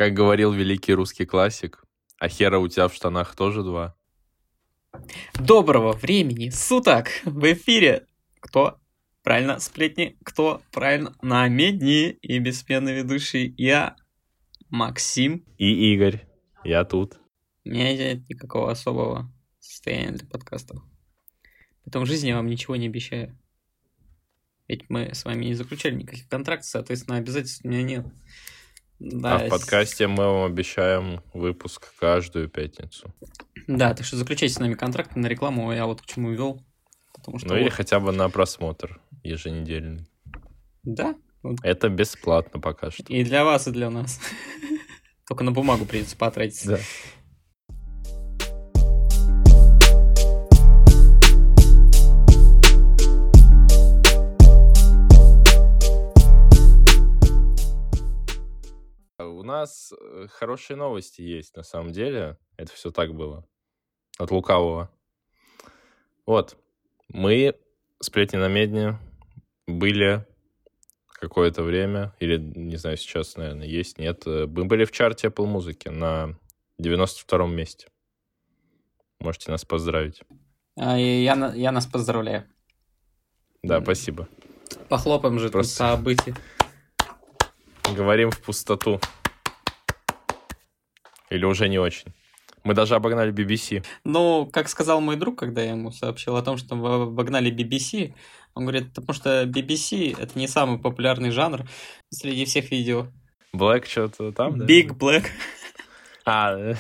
Как говорил великий русский классик, а хера у тебя в штанах тоже два. Доброго времени суток! В эфире кто? Правильно, сплетни. Кто? Правильно, на медни. И бессменный ведущий я, Максим. И Игорь. Я тут. У меня нет никакого особого состояния для подкастов. Поэтому в жизни я вам ничего не обещаю. Ведь мы с вами не заключали никаких контрактов, соответственно, обязательств у меня нет. Да, А в подкасте мы вам обещаем выпуск каждую пятницу. Да, так что заключайте с нами контракт на рекламу, я вот к чему вел. Потому что или хотя бы на просмотр еженедельный. Да. Это бесплатно пока что. И для вас, и для нас. Только на бумагу придется потратиться. Да. У нас хорошие новости есть, на самом деле. Это все так было. От лукавого. Вот. Мы, сплетни на медне, были какое-то время, или, не знаю, сейчас, наверное, есть, нет. Мы были в чарте Apple Music на 92-м месте. Можете нас поздравить. Я нас поздравляю. Да, спасибо. Похлопаем же по событию. Говорим в пустоту. Или уже не очень. Мы даже обогнали BBC. Ну, как сказал мой друг, когда я ему сообщил о том, что мы обогнали BBC, он говорит, потому что BBC — это не самый популярный жанр среди всех видео. Black что-то там, да? Big Black. А,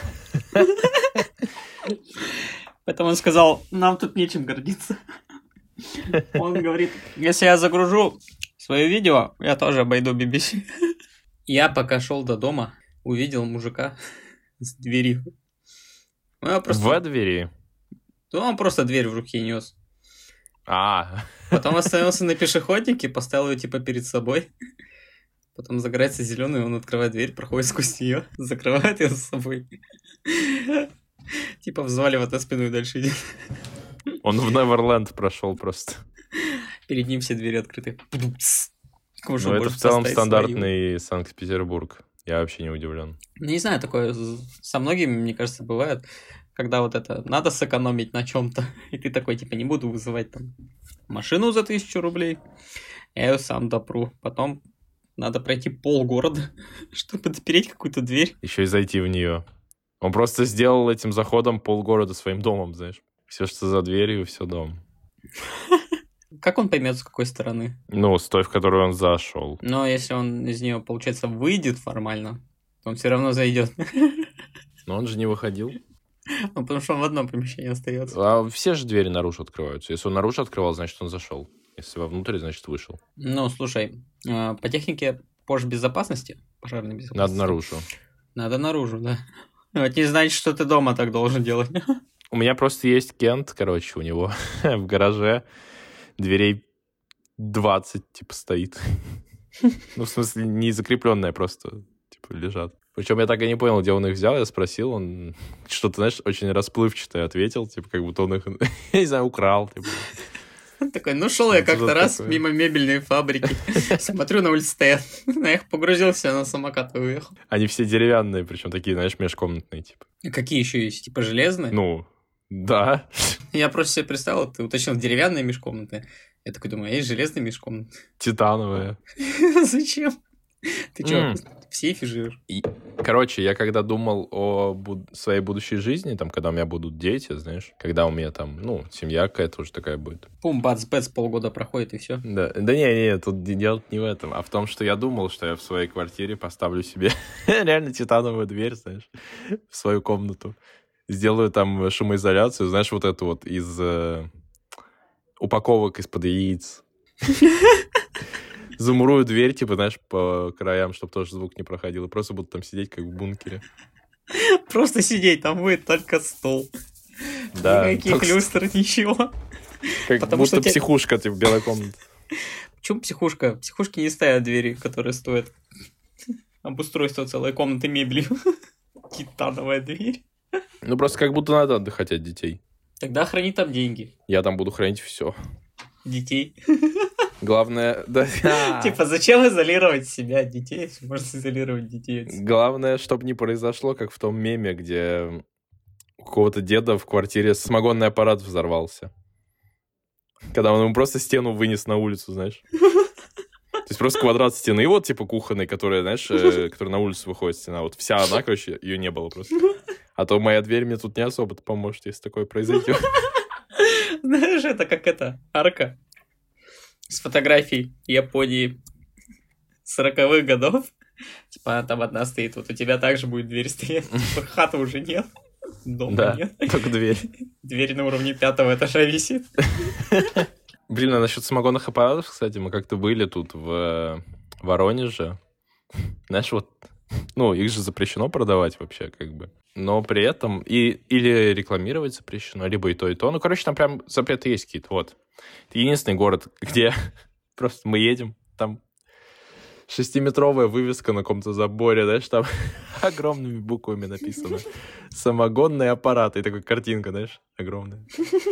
Поэтому он сказал, нам тут нечем гордиться. Он говорит, если я загружу свое видео, я тоже обойду BBC. Я пока шел до дома, увидел мужика с дверью. в двери? Он просто дверь в руке нес. Потом остановился на пешеходнике, поставил ее типа перед собой. Потом загорается зеленый, он открывает дверь, проходит сквозь нее, закрывает ее за собой. Типа взваливает на спину и дальше идет. Он в Неверленд прошел просто. Перед ним все двери открыты. Ну, это в целом стандартный Санкт-Петербург. Я вообще не удивлен. Не знаю, такое со многими, мне кажется, бывает, когда вот это надо сэкономить на чем-то, и ты такой, типа, не буду вызывать там машину за 1000 рублей, я ее сам допру. Потом надо пройти полгорода, чтобы допереть какую-то дверь. Еще и зайти в нее. Он просто сделал этим заходом полгорода своим домом, знаешь. Все, что за дверью, все дом. Как он поймет, с какой стороны? Ну, с той, в которую он зашел. Но если он из нее, получается, выйдет формально, то он все равно зайдет. Но он же не выходил. Ну, потому что он в одном помещении остается. А все же двери наружу открываются. Если он наружу открывал, значит, он зашел. Если вовнутрь, значит, вышел. Ну, слушай, по технике пожарной безопасности... Надо наружу. Надо наружу, да. Это не значит, что ты дома так должен делать. У меня просто есть Кент, короче, у него в гараже дверей 20, типа, стоит. Ну, в смысле, не закрепленные, просто, типа, лежат. Причем я так и не понял, где он их взял. Я спросил, он что-то, знаешь, очень расплывчатое ответил, типа, как будто он их, я не знаю, украл. Типа. Такой, ну шел я как-то раз мимо мебельной фабрики, смотрю, на улице стоят. Я их погрузился, на самокат и уехал. Они все деревянные, причем такие, знаешь, межкомнатные, типа. Какие еще есть? Типа железные? Ну, да. Я просто себе представил, ты уточнил, деревянные межкомнатные. Я такой думаю, а есть железные межкомнатные? Титановые. Зачем? Ты что, в сейфе живешь? Короче, я когда думал о своей будущей жизни, там, когда у меня будут дети, знаешь, когда у меня там, ну, семья какая-то уже такая будет. Пум, бац-бэц, полгода проходит и все. Да не, тут дело не в этом, а в том, что я думал, что я в своей квартире поставлю себе реально титановую дверь, знаешь, в свою комнату. Сделаю там шумоизоляцию, знаешь, вот эту вот из упаковок из-под яиц. Замурую дверь, типа, знаешь, по краям, чтобы тоже звук не проходил. И просто буду там сидеть, как в бункере. Просто сидеть, там будет только стол. Да. Никаких люстр, ничего. Как Потому будто что психушка, типа, белая комната. Почему психушка? Психушки не ставят двери, которые стоят обустройство целой комнаты мебелью. Титановая дверь. Ну, просто как будто надо отдыхать от детей. Тогда храни там деньги. Я там буду хранить все. Детей. Главное... Типа, зачем изолировать себя от детей, если можно изолировать детей от себя? Главное, чтобы не произошло, как в том меме, где у какого-то деда в квартире самогонный аппарат взорвался. Когда он ему просто стену вынес на улицу, знаешь. То есть просто квадрат стены, и вот типа кухонной, которая, знаешь, которая на улицу выходит стена. Вот вся она, короче, ее не было просто. А то моя дверь мне тут не особо поможет, если такое произойдет. Знаешь, это как арка с фотографией Японии 40-х годов. Типа, там одна стоит, вот у тебя также будет дверь стоять. Типа, хаты уже нет, дома нет. Только дверь. Дверь на уровне 5-го этажа висит. Блин, а насчет самогонных аппаратов, кстати, мы как-то были тут в Воронеже. Знаешь, вот, ну, их же запрещено продавать вообще, как бы. Но при этом или рекламировать запрещено, либо и то, и то. Ну, короче, там прям запреты есть какие-то, вот. Это единственный город, где просто мы едем, там 6-метровая вывеска на каком-то заборе, знаешь, там огромными буквами написано «Самогонный аппарат». И такая картинка, знаешь, огромная.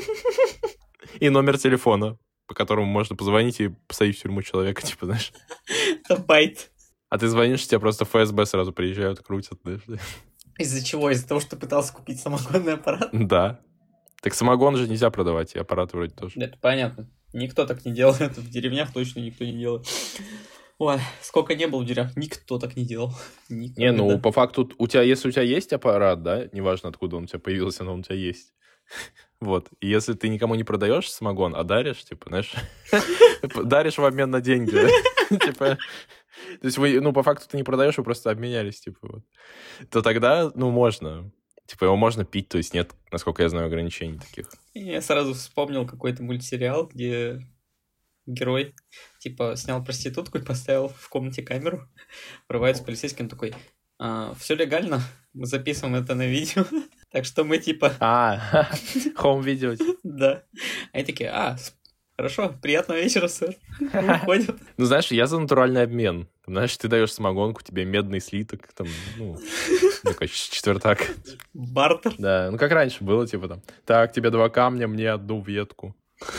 И номер телефона, по которому можно позвонить и посадить в тюрьму человека, типа, знаешь. Это байт. А ты звонишь, тебе просто ФСБ сразу приезжают, крутят, знаешь. Из-за чего? Из-за того, что пытался купить самогонный аппарат? Да. Так самогон же нельзя продавать, и аппараты вроде тоже. Это понятно. Никто так не делает. В деревнях точно никто не делает. Ой, сколько не было в деревнях, никто так не делал. Никогда. Не, ну, по факту, если у тебя есть аппарат, да, неважно, откуда он у тебя появился, но он у тебя есть. Вот. И если ты никому не продаешь самогон, а даришь, типа, знаешь, даришь в обмен на деньги, типа, то есть вы, ну, по факту ты не продаешь, вы просто обменялись, типа, вот. То тогда, ну, можно. Типа, его можно пить, то есть нет, насколько я знаю, ограничений таких. Я сразу вспомнил какой-то мультсериал, где герой, типа, снял проститутку и поставил в комнате камеру, врывается полицейский, он такой: все легально, мы записываем это на видео, так что мы, типа... Хоум-видео. Да. Они такие: хорошо, приятного вечера, сэр. Уходят. Ну, знаешь, я за натуральный обмен. Знаешь, ты даешь самогонку, тебе медный слиток, там, ну, такой четвертак. Бартер. Да, ну, как раньше было, типа, там, так, тебе 2 камня, мне 1 ветку.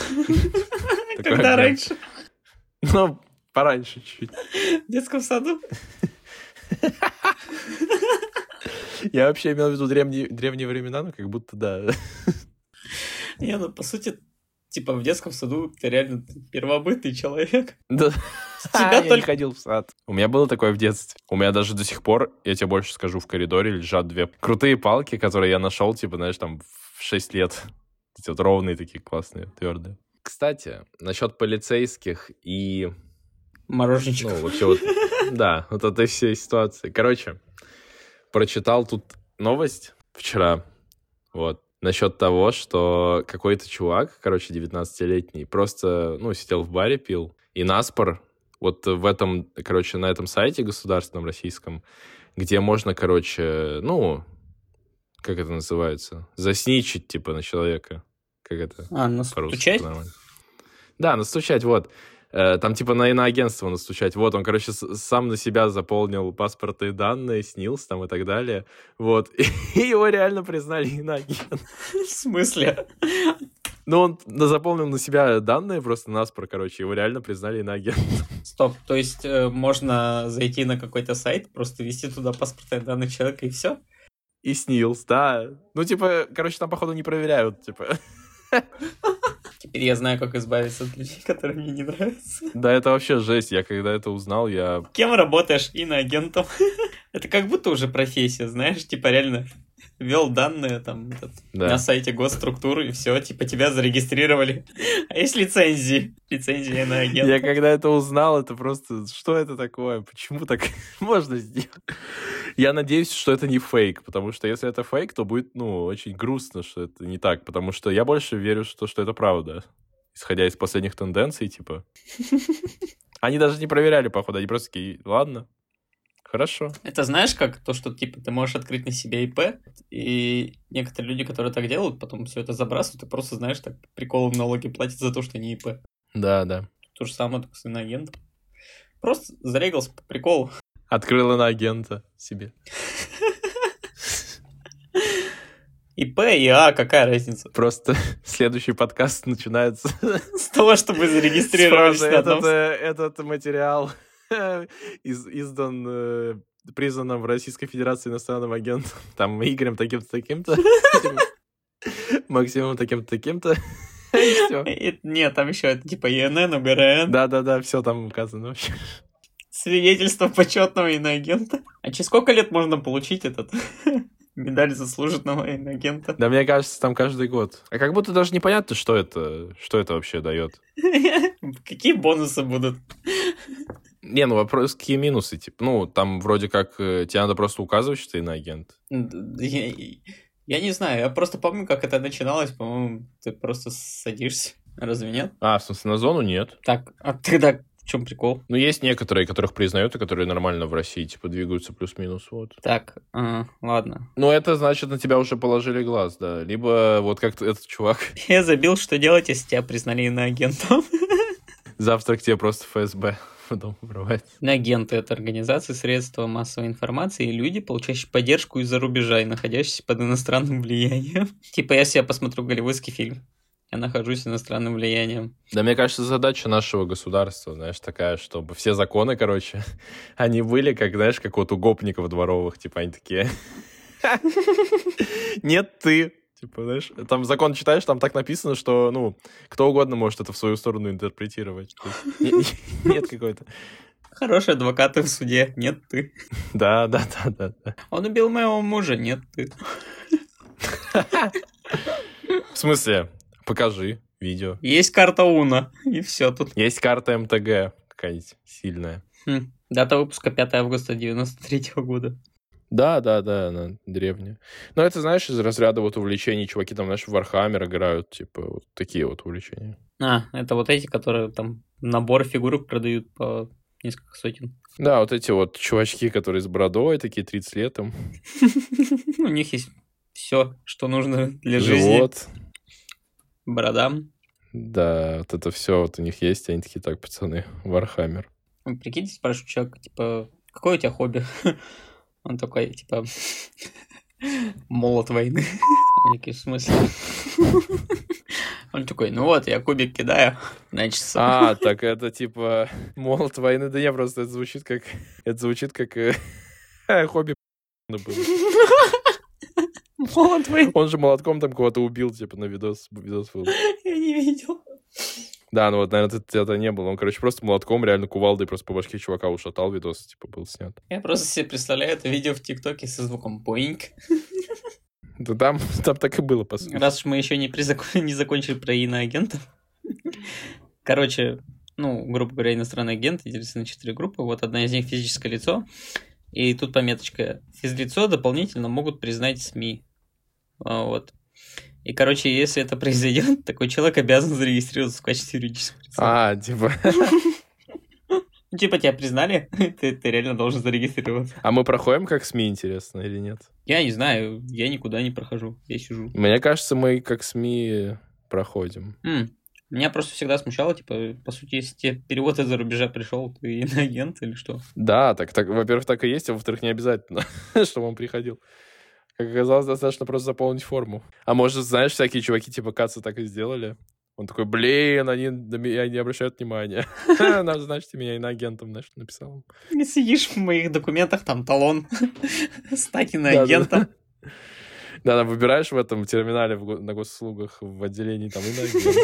Когда раньше? Ну, пораньше чуть-чуть. В детском саду? Я вообще имел в виду древние времена, ну, как будто, да. Не, ну, по сути, типа, в детском саду ты реально первобытный человек. Да. Тебя Я не ходил в сад. У меня было такое в детстве. У меня даже до сих пор, я тебе больше скажу, в коридоре лежат 2 крутые палки, которые я нашел, типа, знаешь, там, в 6 лет. Эти вот ровные такие классные, твердые. Кстати, насчет полицейских и... Мороженщиков. Ну, вообще вот... Да, вот этой всей ситуации. Короче, прочитал тут новость вчера, вот, насчет того, что какой-то чувак, короче, 19-летний, просто, ну, сидел в баре, пил, и наспор вот в этом, короче, на этом сайте государственном российском, где можно, короче, ну, как это называется? Засничить, типа, на человека. Как это? Настучать? Да, настучать, вот. Там типа на иноагентство настучать. Вот, он, короче, сам на себя заполнил паспортные данные, СНИЛС там и так далее. Вот. И его реально признали иноагентом. В смысле? Ну, он заполнил на себя данные просто наспор, короче, его реально признали иноагентом. Стоп, то есть можно зайти на какой-то сайт, просто ввести туда паспортные данные человека и все? И СНИЛС, да. Ну, типа, короче, там, походу, не проверяют, типа... Теперь я знаю, как избавиться от людей, которые мне не нравятся. Да, это вообще жесть. Я когда это узнал, я... Кем работаешь? Иноагентом. Это как будто уже профессия, знаешь, типа реально ввел данные там на сайте госструктуры, и все, типа тебя зарегистрировали. А есть лицензии? Лицензия иноагента. Я когда это узнал, это просто... Что это такое? Почему так можно сделать? Я надеюсь, что это не фейк, потому что если это фейк, то будет, ну, очень грустно, что это не так, потому что я больше верю, что это правда, исходя из последних тенденций, типа. Они даже не проверяли, походу, они просто такие: ладно, хорошо. Это знаешь, как то, что, типа, ты можешь открыть на себе ИП, и некоторые люди, которые так делают, потом все это забрасывают, и просто, знаешь, так приколом налоги платят за то, что не ИП. Да, да. То же самое, только с иноагентом. Просто зарегался по приколу. Открыл иноагента себе. И П, и А, какая разница? Просто следующий подкаст начинается С того, что мы зарегистрировались на одном... этот материал издан признанным в Российской Федерации иностранным агентом, там, Игорем таким-то, таким-то, Максимом таким-то, таким-то, и все. Нет, там еще это типа ИНН, УГРН. Да-да-да, все там указано вообще. Свидетельство почетного иноагента. А через сколько лет можно получить этот медаль заслуженного иноагента? Да, мне кажется, там каждый год. А как будто даже непонятно, что это вообще дает. Какие бонусы будут? Не, ну вопрос, какие минусы, типа, ну, там вроде как тебе надо просто указывать, что ты иноагент. Я не знаю, я просто помню, как это начиналось, по-моему, ты просто садишься, разве нет? А, в смысле, на зону нет. Так, а тогда в чем прикол? Ну, есть некоторые, которых признают, и которые нормально в России, типа, двигаются плюс-минус, вот. Так, ладно. Ну, это значит, на тебя уже положили глаз, да. Либо вот как этот чувак. Я забил, что делать, если тебя признали иноагентом. Завтра к тебе просто ФСБ потом врывает. Иноагенты — это организации, средства массовой информации и люди, получающие поддержку из-за рубежа и находящиеся под иностранным влиянием. Типа, если я посмотрю голливудский фильм, я нахожусь иностранным влиянием. Да, мне кажется, задача нашего государства, знаешь, такая, чтобы все законы, короче, они были, как, знаешь, как вот у гопников дворовых, типа, они такие... Нет, ты... Типа, знаешь, там закон читаешь, там так написано, что, ну, кто угодно может это в свою сторону интерпретировать. Нет какой-то... Хорошие адвокаты в суде. Нет, ты. Да. Он убил моего мужа. Нет, ты. В смысле? Покажи видео. Есть карта УНО, и все тут. Есть карта МТГ какая-нибудь сильная. Дата выпуска 5 августа 93 года. Да, она древняя. Но это, знаешь, из разряда вот увлечений. Чуваки там, знаешь, в Warhammer играют, типа, вот такие вот увлечения. Это вот эти, которые там набор фигурок продают по несколько сотен. Да, вот эти вот чувачки, которые с бородой, такие 30 лет там. У них есть все, что нужно для жизни. Живот. Борода. Да, вот это все вот у них есть. Они такие, так, пацаны, Warhammer. Прикиньте, спрашиваю человека, типа, какое у тебя хобби? Он такой, типа, молот войны. Они такие, в смысле? Он такой, ну вот, я кубик кидаю, значит... Так это типа молот войны. Да не, просто это звучит как хобби было. Молот войны. Он же молотком там кого-то убил, типа, на видос был. Я не видел. Да, ну вот, наверное, это не было. Он, короче, просто молотком, реально кувалдой просто по башке чувака ушатал, видос, типа, был снят. Я просто себе представляю это видео в ТикТоке со звуком боинг. Да там так и было, по сути. Раз уж мы еще не закончили про иноагентов. Короче, ну, грубо говоря, иностранный агент делится на 4 группы. Вот одна из них физическое лицо. И тут пометочка. Физлицо дополнительно могут признать СМИ. Вот. И, короче, если это произойдет, такой человек обязан зарегистрироваться в качестве юридического лица. Типа... Типа тебя признали, ты реально должен зарегистрироваться. А мы проходим как СМИ, интересно, или нет? Я не знаю, я никуда не прохожу, я сижу. Мне кажется, мы как СМИ проходим. Меня просто всегда смущало, типа, по сути, если тебе перевод из-за рубежа пришел, ты иноагент или что? Да, так, во-первых, так и есть, а во-вторых, не обязательно, чтобы он приходил. Как оказалось, достаточно просто заполнить форму. А может, знаешь, всякие чуваки типа Каца так и сделали? Он такой, блин, они на меня не обращают внимания. Значит, меня иноагентом, знаешь, написал. Не сидишь в моих документах, там талон с иноагентом. Да, выбираешь в этом терминале на госуслугах в отделении там иноагент.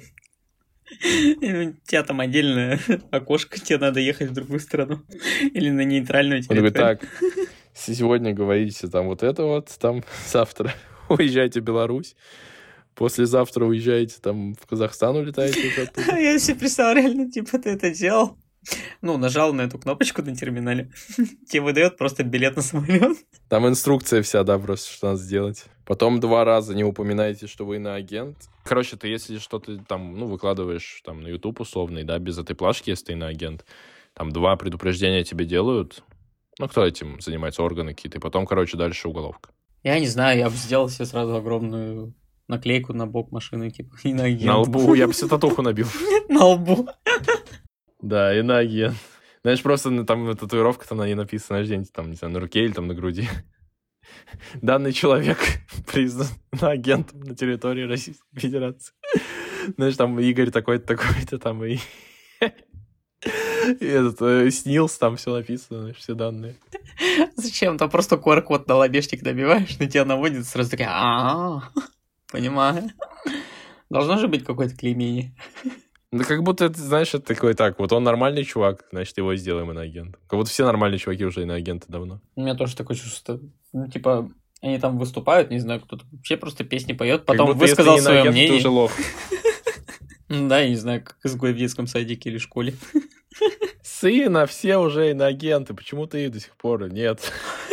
У тебя там отдельное окошко, тебе надо ехать в другую страну. Или на нейтральную территорию. Он говорит, так, сегодня говорите там вот это вот, там завтра уезжайте в Беларусь, послезавтра уезжаете там в Казахстан, улетаете. Я себе представил, реально, типа, ты это делал. Ну, нажал на эту кнопочку на терминале, тебе выдает просто билет на самолет. Там инструкция вся, да, просто, что надо сделать. Потом 2 раза не упоминайте, что вы иноагент. Короче, ты если что-то там, ну, выкладываешь там на YouTube условный, да, без этой плашки, если ты иноагент, там 2 предупреждения тебе делают. Ну, кто этим занимается, органы какие-то, и потом, короче, дальше уголовка. Я не знаю, я бы сделал себе сразу огромную наклейку на бок машины, типа, иноагент. На лбу, я бы себе татуху набил. На лбу. Да, иноагент. Знаешь, просто там татуировка-то на ней написана, знаешь, где-нибудь там, не знаю, на руке или там на груди. Данный человек признан агентом на территории Российской Федерации. Знаешь, там Игорь такой-то, такой-то там и этот снилс, там все написано, знаешь, все данные. Зачем? Там просто QR-код на лобешник набиваешь, на тебя наводит, сразу такая, понимаю. Должно же быть какое-то клеймение. Да как будто, это, знаешь, это такой, так, вот он нормальный чувак, значит, его сделаем иноагентом. Как будто все нормальные чуваки уже иноагенты давно. У меня тоже такое чувство, типа, они там выступают, не знаю, кто-то вообще просто песни поет, потом высказал свое мнение. Ты уже лох. Да, я не знаю, как изгой в детском садике или школе. Сына, все уже иноагенты, почему ты до сих пор нет?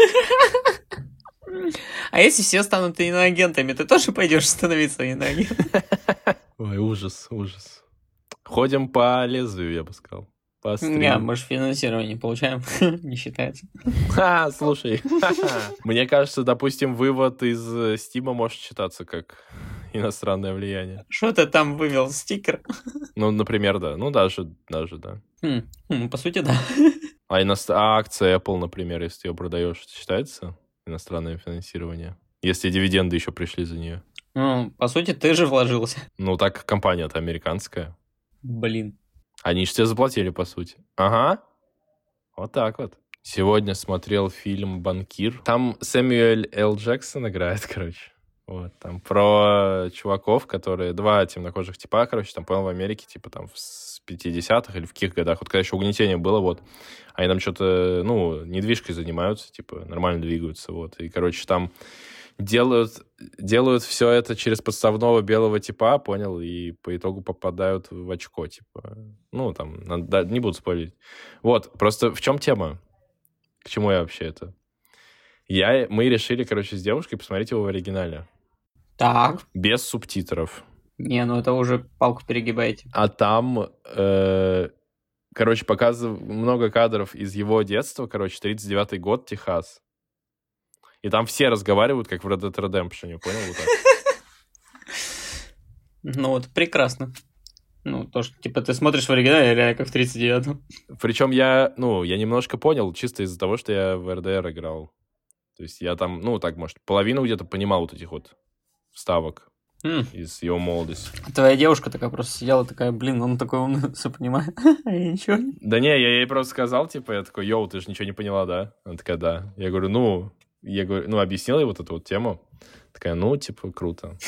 А если все станут иноагентами, ты тоже пойдешь становиться иноагентом? Ой, ужас, ужас. Ходим по лезвию, я бы сказал. Не, мы же финансирование не получаем, не считается. Слушай, мне кажется, допустим, вывод из Стима может считаться как иностранное влияние. Что ты там вывел, стикер? Ну, например, да. Ну, даже да. По сути, да. А акция Apple, например, если ты ее продаешь, считается иностранное финансирование? Если дивиденды еще пришли за нее? Ну, по сути, ты же вложился. Ну, так компания-то американская. Блин. Они же тебе заплатили, по сути. Ага. Вот так вот. Сегодня смотрел фильм «Банкир». Там Сэмюэль Л. Джексон играет, короче. Вот, там про чуваков, которые... Два темнокожих типа, короче, там, понял, в Америке, типа, там, в 50-х или в каких годах, вот когда еще угнетение было, вот, они там что-то, ну, недвижкой занимаются, типа, нормально двигаются, вот, и, короче, там делают все это через подставного белого типа, понял, и по итогу попадают в очко, типа, ну, там, не буду спорить. Вот, просто в чем тема? К чему я вообще это? Мы решили, короче, с девушкой посмотреть его в оригинале. Так. Без субтитров. Не, ну это уже палку перегибаете. А там, короче, показывают много кадров из его детства, короче, 39-й год, Техас. И там все разговаривают, как в Red Dead Redemption, понял? Вот так. Ну вот, прекрасно. Ну, то, что, типа, ты смотришь в оригинале, реально как в 39-м. Причем я немножко понял, чисто из-за того, что я в РДР играл. То есть я там, ну, так, может, половину где-то понимал вот этих вот вставок из его молодости. Твоя девушка такая просто сидела, такая, блин, он такой умный, все понимает. Я ничего. Да не, я ей просто сказал, типа, я такой, йоу, ты же ничего не поняла, да? Она такая, да. Я говорю, объяснил ей вот эту вот тему. Такая, ну, типа, круто.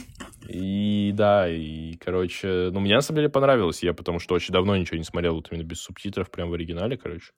И да, и, короче, мне на самом деле понравилось. Я потому что очень давно ничего не смотрел вот именно без субтитров, прям в оригинале, короче.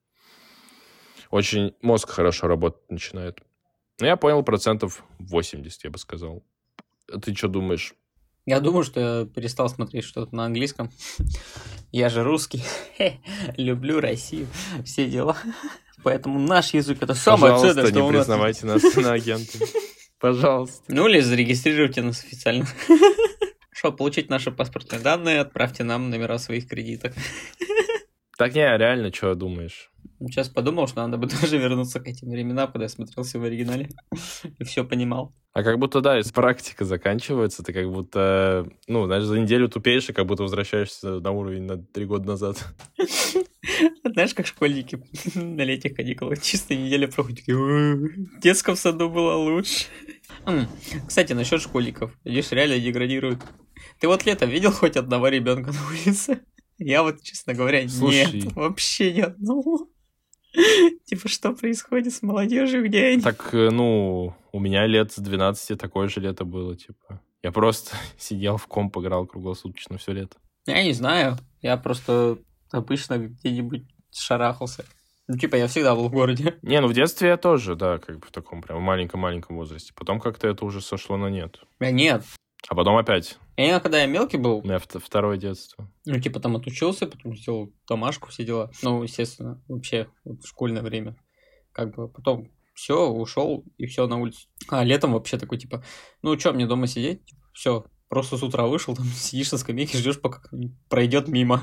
Очень мозг хорошо работать начинает. Ну, я понял 80%, я бы сказал. Ты что думаешь? Я думаю, что я перестал смотреть что-то на английском. Я же русский. Люблю Россию. Все дела. Поэтому наш язык — это самое ценное, что у нас. Пожалуйста, не признавайте нас иноагентами. Пожалуйста. Ну или зарегистрируйте нас официально. Чтобы получить наши паспортные данные, отправьте нам номера своих кредиток. Так не, реально, что думаешь? Сейчас подумал, что надо бы тоже вернуться к этим временам, когда я смотрелся в оригинале и все понимал. А как будто, да, из практика заканчивается, ты как будто, знаешь, за неделю тупеешь, и как будто возвращаешься на уровень на 3 года назад. Знаешь, как школьники на летних каникулах чисто неделя проходят, в детском саду было лучше. Кстати, насчет школьников. Видишь, реально деградируют. Ты вот летом видел хоть одного ребенка на улице? Я вот, честно говоря, нет, вообще ни одного. Типа, что происходит с молодежью, где они? Так, у меня лет с 12 такое же лето было, типа. Я просто сидел в комп, играл круглосуточно все лето. Я не знаю, я просто обычно где-нибудь шарахался. Типа, я всегда был в городе. Не, в детстве я тоже, да, как бы в таком прям маленьком-маленьком возрасте. Потом как-то это уже сошло на нет. Нет. А потом опять. Когда я мелкий был... У меня второе детство. Типа там отучился, потом сделал домашку, все дела. Естественно, вообще в школьное время. Как бы потом все, ушел и все на улицу. А летом вообще такой, типа, что мне дома сидеть? Все, просто с утра вышел, там сидишь на скамейке, ждешь, пока пройдет мимо.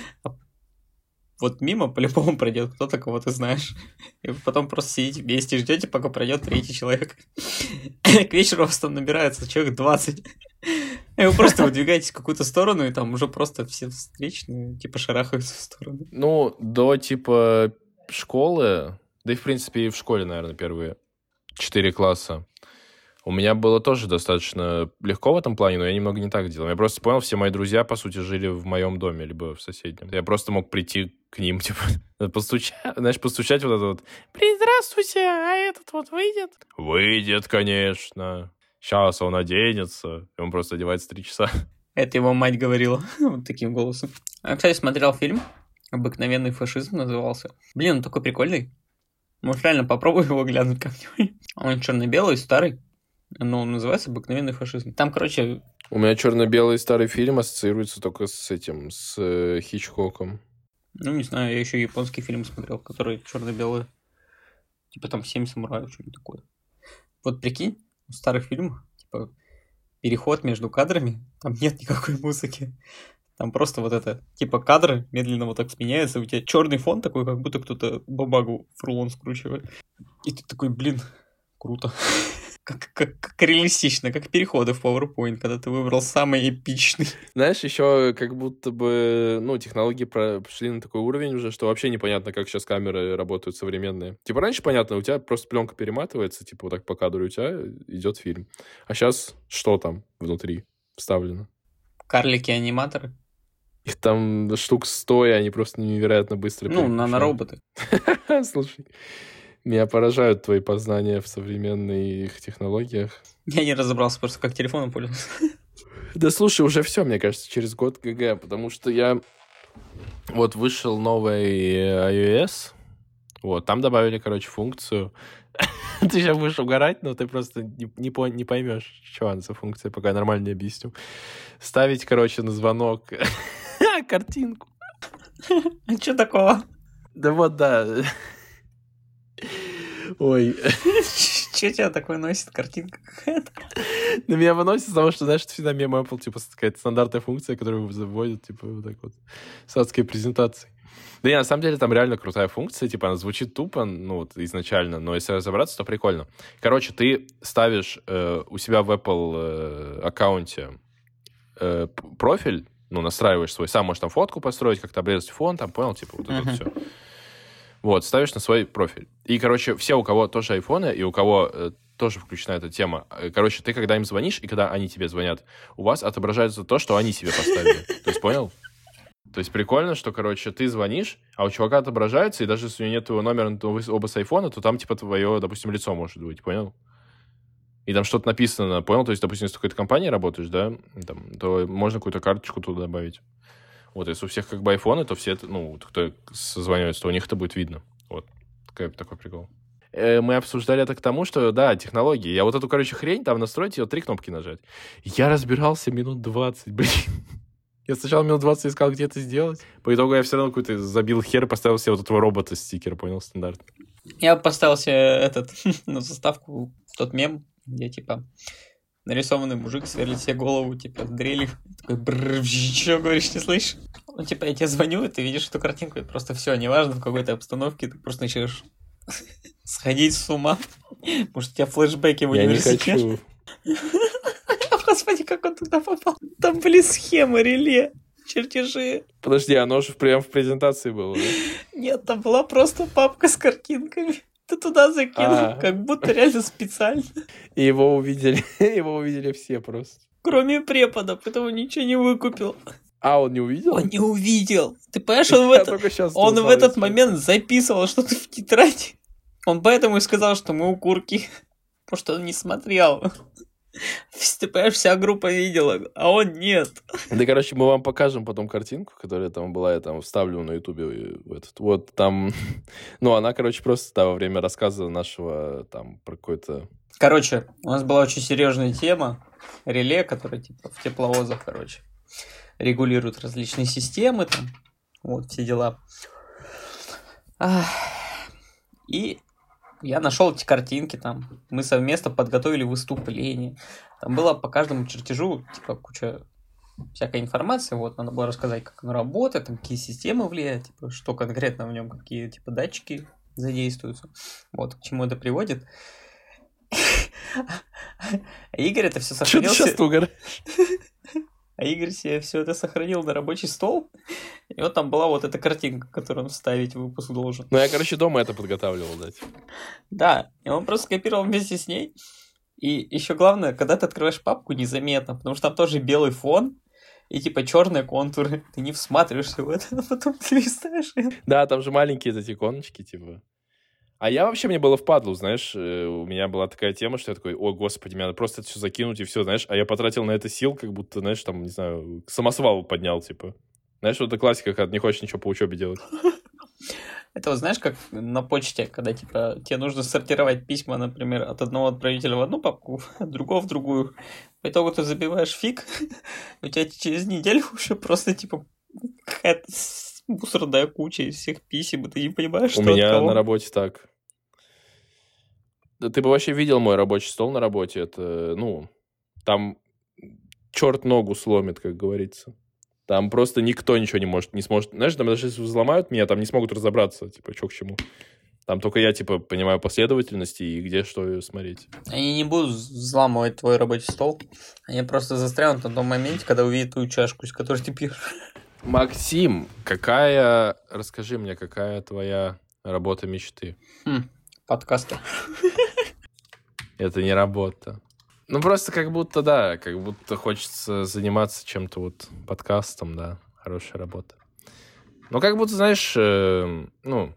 Вот мимо по-любому пройдет кто-то, кого ты знаешь. И потом просто сидите вместе, ждете, пока пройдет третий человек. К вечеру у вас там набирается человек 20. И вы просто выдвигаетесь в какую-то сторону, и там уже просто все встречные, типа, шарахаются в сторону. До, типа, школы, да и, в принципе, и в школе, наверное, первые 4 класса. У меня было тоже достаточно легко в этом плане, но я немного не так делал. Я просто понял, все мои друзья, по сути, жили в моем доме, либо в соседнем. Я просто мог прийти к ним, типа, постучать вот это вот. Здравствуйте, а этот вот выйдет? Выйдет, конечно. Сейчас он оденется. И он просто одевается 3 часа. Это его мать говорила вот таким голосом. Я, кстати, смотрел фильм «Обыкновенный фашизм» назывался. Блин, он такой прикольный. Может, реально попробуй его глянуть как-нибудь. Он черно-белый, старый. Но он называется «Обыкновенный фашизм». Там, короче... У меня черно-белый старый фильм ассоциируется только с этим, с Хичкоком. Ну, не знаю, я еще японский фильм смотрел, который черно-белый. Типа там 7 самураев, что-нибудь такое. Вот прикинь, в старых фильмах, типа, переход между кадрами, там нет никакой музыки. Там просто вот это, типа, кадры медленно вот так сменяются, у тебя черный фон такой, как будто кто-то бумагу в рулон скручивает. И ты такой, блин, круто. Как реалистично, как переходы в PowerPoint, когда ты выбрал самый эпичный. Знаешь, еще как будто бы, ну, технологии пошли на такой уровень уже, что вообще непонятно, как сейчас камеры работают современные. Типа раньше понятно, у тебя просто пленка перематывается, типа вот так по кадру, и у тебя идет фильм. А сейчас что там внутри вставлено? Карлики-аниматоры. Их там штук 100, и они просто невероятно быстро переключают. Ну, нанороботы. Слушай, меня поражают твои познания в современных технологиях. Я не разобрался просто, как телефоном пользоваться. Да слушай, уже все, мне кажется, через год ГГ, потому что я... Вот вышел новый iOS, вот, там добавили, короче, функцию. Ты сейчас будешь угорать, но ты просто не поймешь, что она за функция, пока я нормально не объясню. Ставить, короче, на звонок картинку. А что такого? Да вот, да. Ой. Че тебя такое носит? Картинка какая-то? На меня выносит из того, что, знаешь, это всегда мем Apple, типа, какая-то стандартная функция, которую заводят, типа, вот так вот, с адской презентацией. Да не, на самом деле, там реально крутая функция, типа, она звучит тупо, ну, вот, изначально, но если разобраться, то прикольно. Короче, ты ставишь у себя в Apple аккаунте профиль, ну, настраиваешь свой, сам можешь там фотку построить, как-то обрезать фон, там, понял, типа, вот это все. Вот, ставишь на свой профиль. И, короче, все, у кого тоже айфоны, и у кого тоже включена эта тема, короче, ты когда им звонишь, и когда они тебе звонят, у вас отображается то, что они себе поставили. То есть, понял? То есть прикольно, что, короче, ты звонишь, а у чувака отображается, и даже если у него нет твоего номера, но вы оба с айфона, то там, типа, твое, допустим, лицо может быть, понял? И там что-то написано, понял? То есть, допустим, если ты в какой-то компании работаешь, да, там, то можно какую-то карточку туда добавить. Вот, если у всех как бы айфоны, то все, ну, кто созванивается, то у них это будет видно. Вот, такой прикол. Мы обсуждали это к тому, что, да, технологии. Я вот эту, короче, хрень там настроить, ее 3 кнопки нажать. Я разбирался минут 20, блин. Я сначала минут 20 искал, где это сделать. По итогу я все равно какой-то забил хер и поставил себе вот этого робота-стикер, понял, стандарт. Я поставил себе на заставку тот мем, где, типа, нарисованный мужик сверлит себе голову, типа, дрелью. Такой, что говоришь, не слышишь? Ну, типа, я тебе звоню, и ты видишь эту картинку, и просто все, неважно, в какой-то обстановке, ты просто начинаешь сходить с ума. Может, у тебя флешбеки в университете? Я не хочу. Господи, как он туда попал? Там были схемы, реле, чертежи. Подожди, оно же прям в презентации было, да? Нет, там была просто папка с картинками. Ты туда закинул, как будто реально специально. И его увидели все просто. Кроме препода, поэтому ничего не выкупил. А, он не увидел? Он не увидел. Ты понимаешь, он в этот момент записывал что-то в тетради. Он поэтому и сказал, что мы укурки. Потому что он не смотрел. Ты понимаешь, вся группа видела, а он нет. Да, короче, мы вам покажем потом картинку, которая там была, я там вставлю на ютубе. Вот там, ну, она, короче, просто, да, во время рассказа нашего там про какой-то... Короче, у нас была очень серьезная тема. Реле, который, типа, в тепловозах, короче, регулирует различные системы, там, вот, все дела. И я нашел эти картинки, там, мы совместно подготовили выступление. Там было по каждому чертежу, типа, куча всякой информации, вот, надо было рассказать, как оно работает, там, какие системы влияют, типа, что конкретно в нем, какие, типа, датчики задействуются, вот, к чему это приводит. Игорь это все сохранил. Что ты сейчас угораешь? а Игорь себе все это сохранил на рабочий стол, и вот там была вот эта картинка, которую он вставить в выпуск должен. Ну, я, короче, дома это подготавливал, да. Типа. Да, и он просто скопировал вместе с ней. И еще главное, когда ты открываешь папку, незаметно, потому что там тоже белый фон и типа черные контуры. Ты не всматриваешься в это, а потом ты листаешь. Да, там же маленькие эти иконочки, типа. А я вообще, мне было впадлу, знаешь, у меня была такая тема, что я такой, о, господи, мне надо просто это все закинуть и все, знаешь, а я потратил на это сил, как будто, знаешь, там, не знаю, самосвал поднял, типа. Знаешь, вот это классика, когда не хочешь ничего по учебе делать. Это вот знаешь, как на почте, когда типа тебе нужно сортировать письма, например, от одного отправителя в одну папку, от другого в другую. По итогу ты забиваешь фиг, у тебя через неделю уже просто типа какая-то мусорная куча из всех писем, и ты не понимаешь, что у меня от кого. на работе так. Да ты бы вообще видел мой рабочий стол на работе, это, ну, там черт ногу сломит, как говорится. Там просто никто ничего не сможет. Знаешь, там даже если взломают меня, там не смогут разобраться, типа, что к чему. Там только я, типа, понимаю последовательности и где что смотреть. Они не будут взламывать твой рабочий стол. Они просто застрянут на том моменте, когда увидят твою чашку, из которой ты пьешь. Максим, расскажи мне, какая твоя работа мечты? Подкасты. Это не работа. Ну, просто как будто, да, как будто хочется заниматься чем-то вот подкастом, да, хорошая работа. Ну, как будто, знаешь, ну,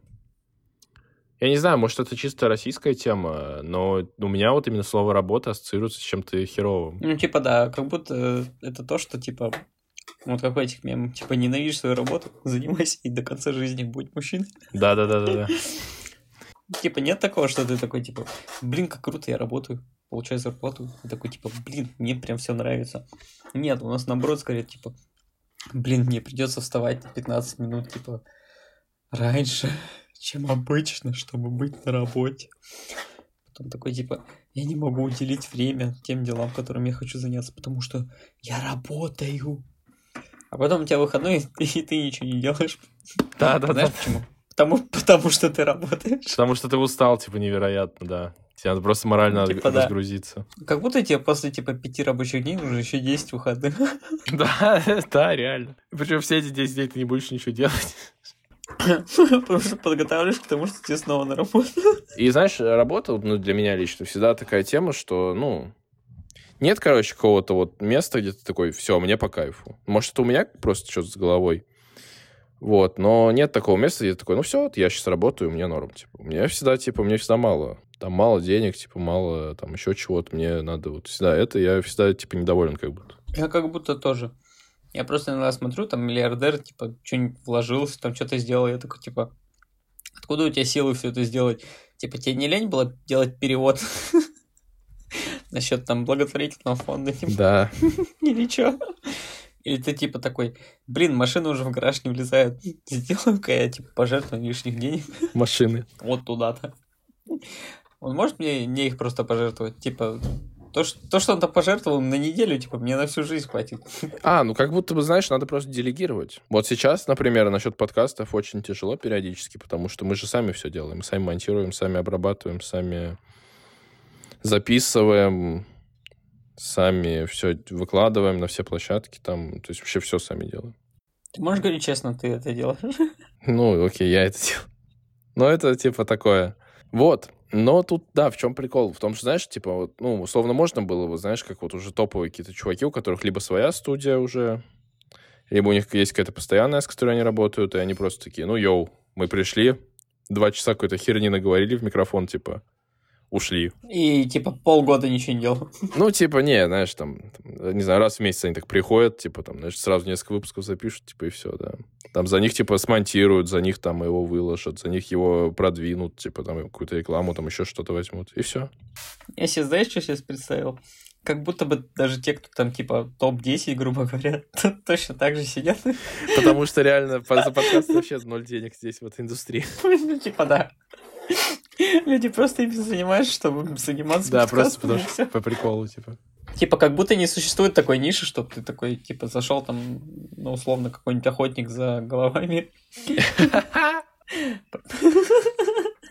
я не знаю, может, это чисто российская тема, но у меня вот именно слово «работа» ассоциируется с чем-то херовым. Ну, типа, да, как будто это то, что, типа, вот как в этих мемах, типа, ненавидишь свою работу, занимайся и до конца жизни будь мужчиной. Да. Типа, нет такого, что ты такой, типа, блин, как круто, я работаю, получаю зарплату. И такой, типа, блин, мне прям все нравится. Нет, у нас наоборот, скорее, типа, блин, мне придется вставать на 15 минут, типа, раньше, чем обычно, чтобы быть на работе. Потом такой, типа, я не могу уделить время тем делам, которыми я хочу заняться, потому что я работаю. А потом у тебя выходной, и ты ничего не делаешь. Да. Знаешь почему? Потому что ты работаешь. Потому что ты устал, типа, невероятно, да. Тебе надо просто морально типа, разгрузиться. Да. Как будто тебе после, типа, 5 рабочих дней нужно еще 10 выходных. Да, реально. Причем все эти 10 дней ты не будешь ничего делать. Потому что подготавливаешь к тому, что тебе снова на работу. И знаешь, работа, ну, для меня лично всегда такая тема, что, ну, нет, короче, какого-то вот места, где ты такой, все, мне по кайфу. Может, это у меня просто что-то с головой. Вот, но нет такого места, где ты такой, ну все, я сейчас работаю, у меня норм. Типа, мне всегда мало. Там мало денег, типа, мало там еще чего-то. Мне надо вот всегда это, я всегда, типа, недоволен как будто. Я как будто тоже. Я просто иногда смотрю, там, миллиардер, типа, что-нибудь вложился, там, что-то сделал. Я такой, типа, откуда у тебя силы все это сделать? Типа, тебе не лень было делать перевод насчет, там, благотворительного фонда? Да. Или что? Или ты, типа, такой, блин, машина уже в гараж не влезает. Сделаю-ка я, типа, пожертвую лишних денег. Машины. Вот туда-то. Он может мне их просто пожертвовать? Типа, то, что он там пожертвовал на неделю, типа, мне на всю жизнь хватит. Ну как будто бы, знаешь, надо просто делегировать. Вот сейчас, например, насчет подкастов очень тяжело периодически, потому что мы же сами все делаем. Мы сами монтируем, сами обрабатываем, сами записываем, сами все выкладываем на все площадки, там, то есть вообще все сами делаем. Ты можешь говорить честно, ты это делаешь? Ну, окей, я это делаю. Но это, типа, такое. Вот. Но тут, да, в чем прикол? В том, что, знаешь, типа, вот, ну, условно, можно было бы, знаешь, как вот уже топовые какие-то чуваки, у которых либо своя студия уже, либо у них есть какая-то постоянная, с которой они работают, и они просто такие, ну, йоу, мы пришли, 2 часа какой-то херни наговорили в микрофон, типа, ушли. И, типа, полгода ничего не делал. Ну, типа, не, знаешь, там, не знаю, раз в месяц они так приходят, типа, там, знаешь, сразу несколько выпусков запишут, типа, и все, да. Там за них, типа, смонтируют, за них там его выложат, за них его продвинут, типа, там, какую-то рекламу, там, еще что-то возьмут, и все. Я себе, знаешь, что сейчас представил? Как будто бы даже те, кто там, типа, топ-10, грубо говоря, точно так же сидят. Потому что реально за подкаст вообще 0 денег здесь, в этой индустрии. Ну, типа, да. Люди просто ими занимаются, чтобы заниматься да, просто подкастом, потому что по приколу, типа. Типа, как будто не существует такой ниши, чтобы ты такой, типа, зашел там, ну, условно, какой-нибудь охотник за головами.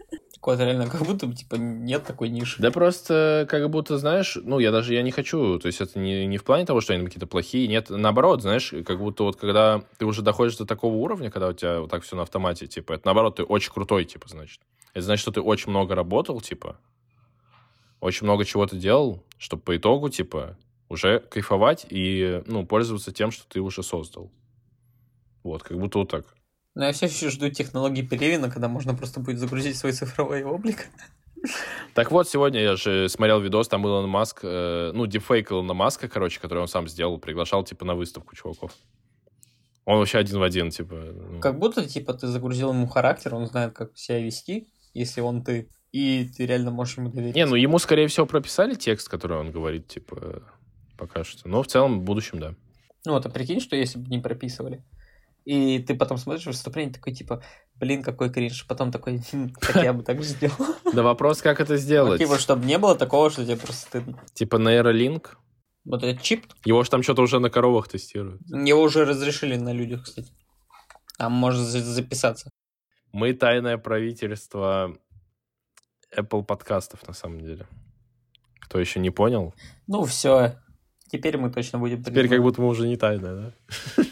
какое-то реально, как будто бы, типа, нет такой ниши. Да просто, как будто, знаешь, ну, я не хочу, то есть это не в плане того, что они какие-то плохие, нет, наоборот, знаешь, как будто вот когда ты уже доходишь до такого уровня, когда у тебя вот так все на автомате, типа, это наоборот, ты очень крутой, типа, значит. Это значит, что ты очень много работал, типа, очень много чего ты делал, чтобы по итогу, типа, уже кайфовать и, ну, пользоваться тем, что ты уже создал. Вот, как будто вот так. Но я все еще жду технологии Пелевина, когда можно просто будет загрузить свой цифровой облик. Так вот, сегодня я же смотрел видос, там Илон Маск, дипфейк Илона Маска, короче, который он сам сделал, приглашал, типа, на выставку чуваков. Он вообще один в один, типа. Ну. Как будто, типа, ты загрузил ему характер, он знает, как себя вести, если он ты, и ты реально можешь ему доверить. Не, ну ему, скорее всего, прописали текст, который он говорит, типа, пока что. Но в целом, в будущем, да. Ну вот, а прикинь, что если бы не прописывали. И ты потом смотришь выступление, такой, типа, блин, какой кринж. Потом такой, так я бы так же сделал. Да вопрос, как это сделать. Типа, чтобы не было такого, что тебе просто стыдно. Типа нейролинк. Вот этот чип. Его же там что-то уже на коровах тестируют. Его уже разрешили на людях, кстати. Там можно записаться. Мы тайное правительство Apple подкастов, на самом деле. Кто еще не понял? Ну, все. Теперь мы точно будем... Теперь как будто мы уже не тайное, да?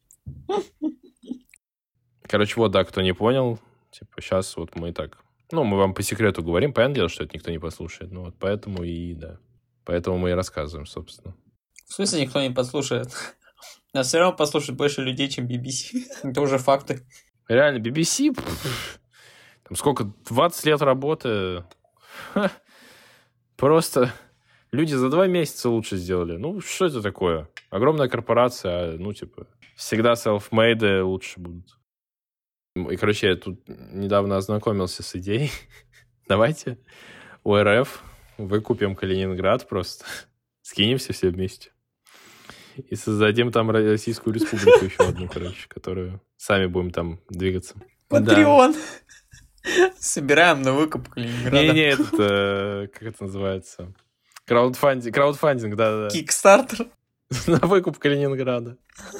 Короче, вот, да, кто не понял, типа, сейчас вот мы так... Ну, мы вам по секрету говорим, понятное дело, что это никто не послушает. Ну, вот поэтому и, да. Поэтому мы и рассказываем, собственно. В смысле никто не послушает? Нас все равно послушает больше людей, чем BBC. Это уже факты. Реально, BBC... Там сколько? 20 лет работы. Просто люди за 2 месяца лучше сделали. Ну, что это такое? Огромная корпорация, ну, типа, всегда self-made лучше будут. И, короче, я тут недавно ознакомился с идеей. Давайте у РФ выкупим Калининград просто. Скинемся все вместе. И создадим там Российскую Республику еще одну, короче, которую сами будем там двигаться. Патреон! Собираем на выкуп Калининграда. Не-не, это... Как это называется? Краудфандинг, да-да. Кикстартер. На выкуп Калининграда.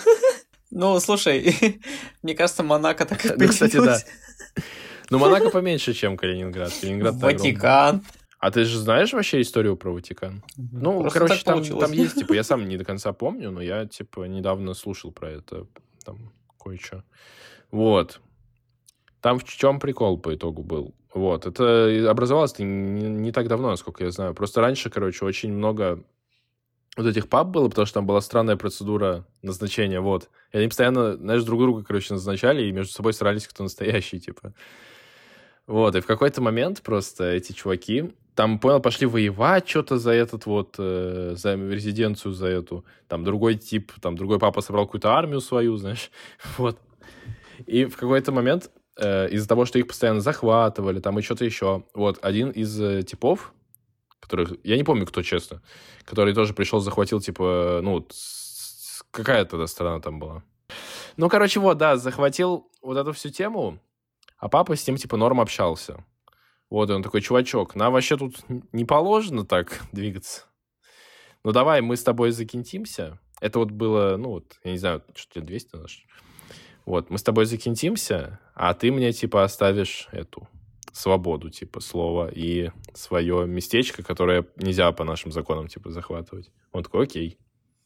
Ну, слушай, мне кажется, Монако так и Ну, кстати, да. появилось. Но Монако поменьше, чем Калининград. Калининград Ватикан. А ты же знаешь вообще историю про Ватикан? Ну, Просто короче, так получилось. там есть, типа, я сам не до конца помню, но я, типа, недавно слушал про это, там, кое-что. Вот. Там в чем прикол по итогу был? Вот. Это образовалось не так давно, насколько я знаю. Просто раньше, короче, очень много вот этих паб было, потому что там была странная процедура назначения, вот. И они постоянно, знаешь, друг друга, короче, назначали и между собой срались, кто настоящий, типа. Вот, и в какой-то момент просто эти чуваки там, понял, пошли воевать что-то за этот вот, за резиденцию, за эту. Там другой тип, там другой папа собрал какую-то армию свою, знаешь. Вот. И в какой-то момент из-за того, что их постоянно захватывали, там и что-то еще, вот, один из типов, которых, я не помню, кто, честно, который тоже пришел, захватил, типа, ну, вот, какая тогда страна там была? Ну, короче, вот, да, захватил вот эту всю тему, а папа с ним, типа, норм общался. Вот, и он такой, чувачок, нам вообще тут не положено так двигаться. Ну, давай мы с тобой закинтимся. Это вот было, ну, вот, я не знаю, что-то лет 200 назад. Вот, мы с тобой закинтимся, а ты мне, типа, оставишь эту свободу, типа, слова и свое местечко, которое нельзя по нашим законам, типа, захватывать. Он такой, окей.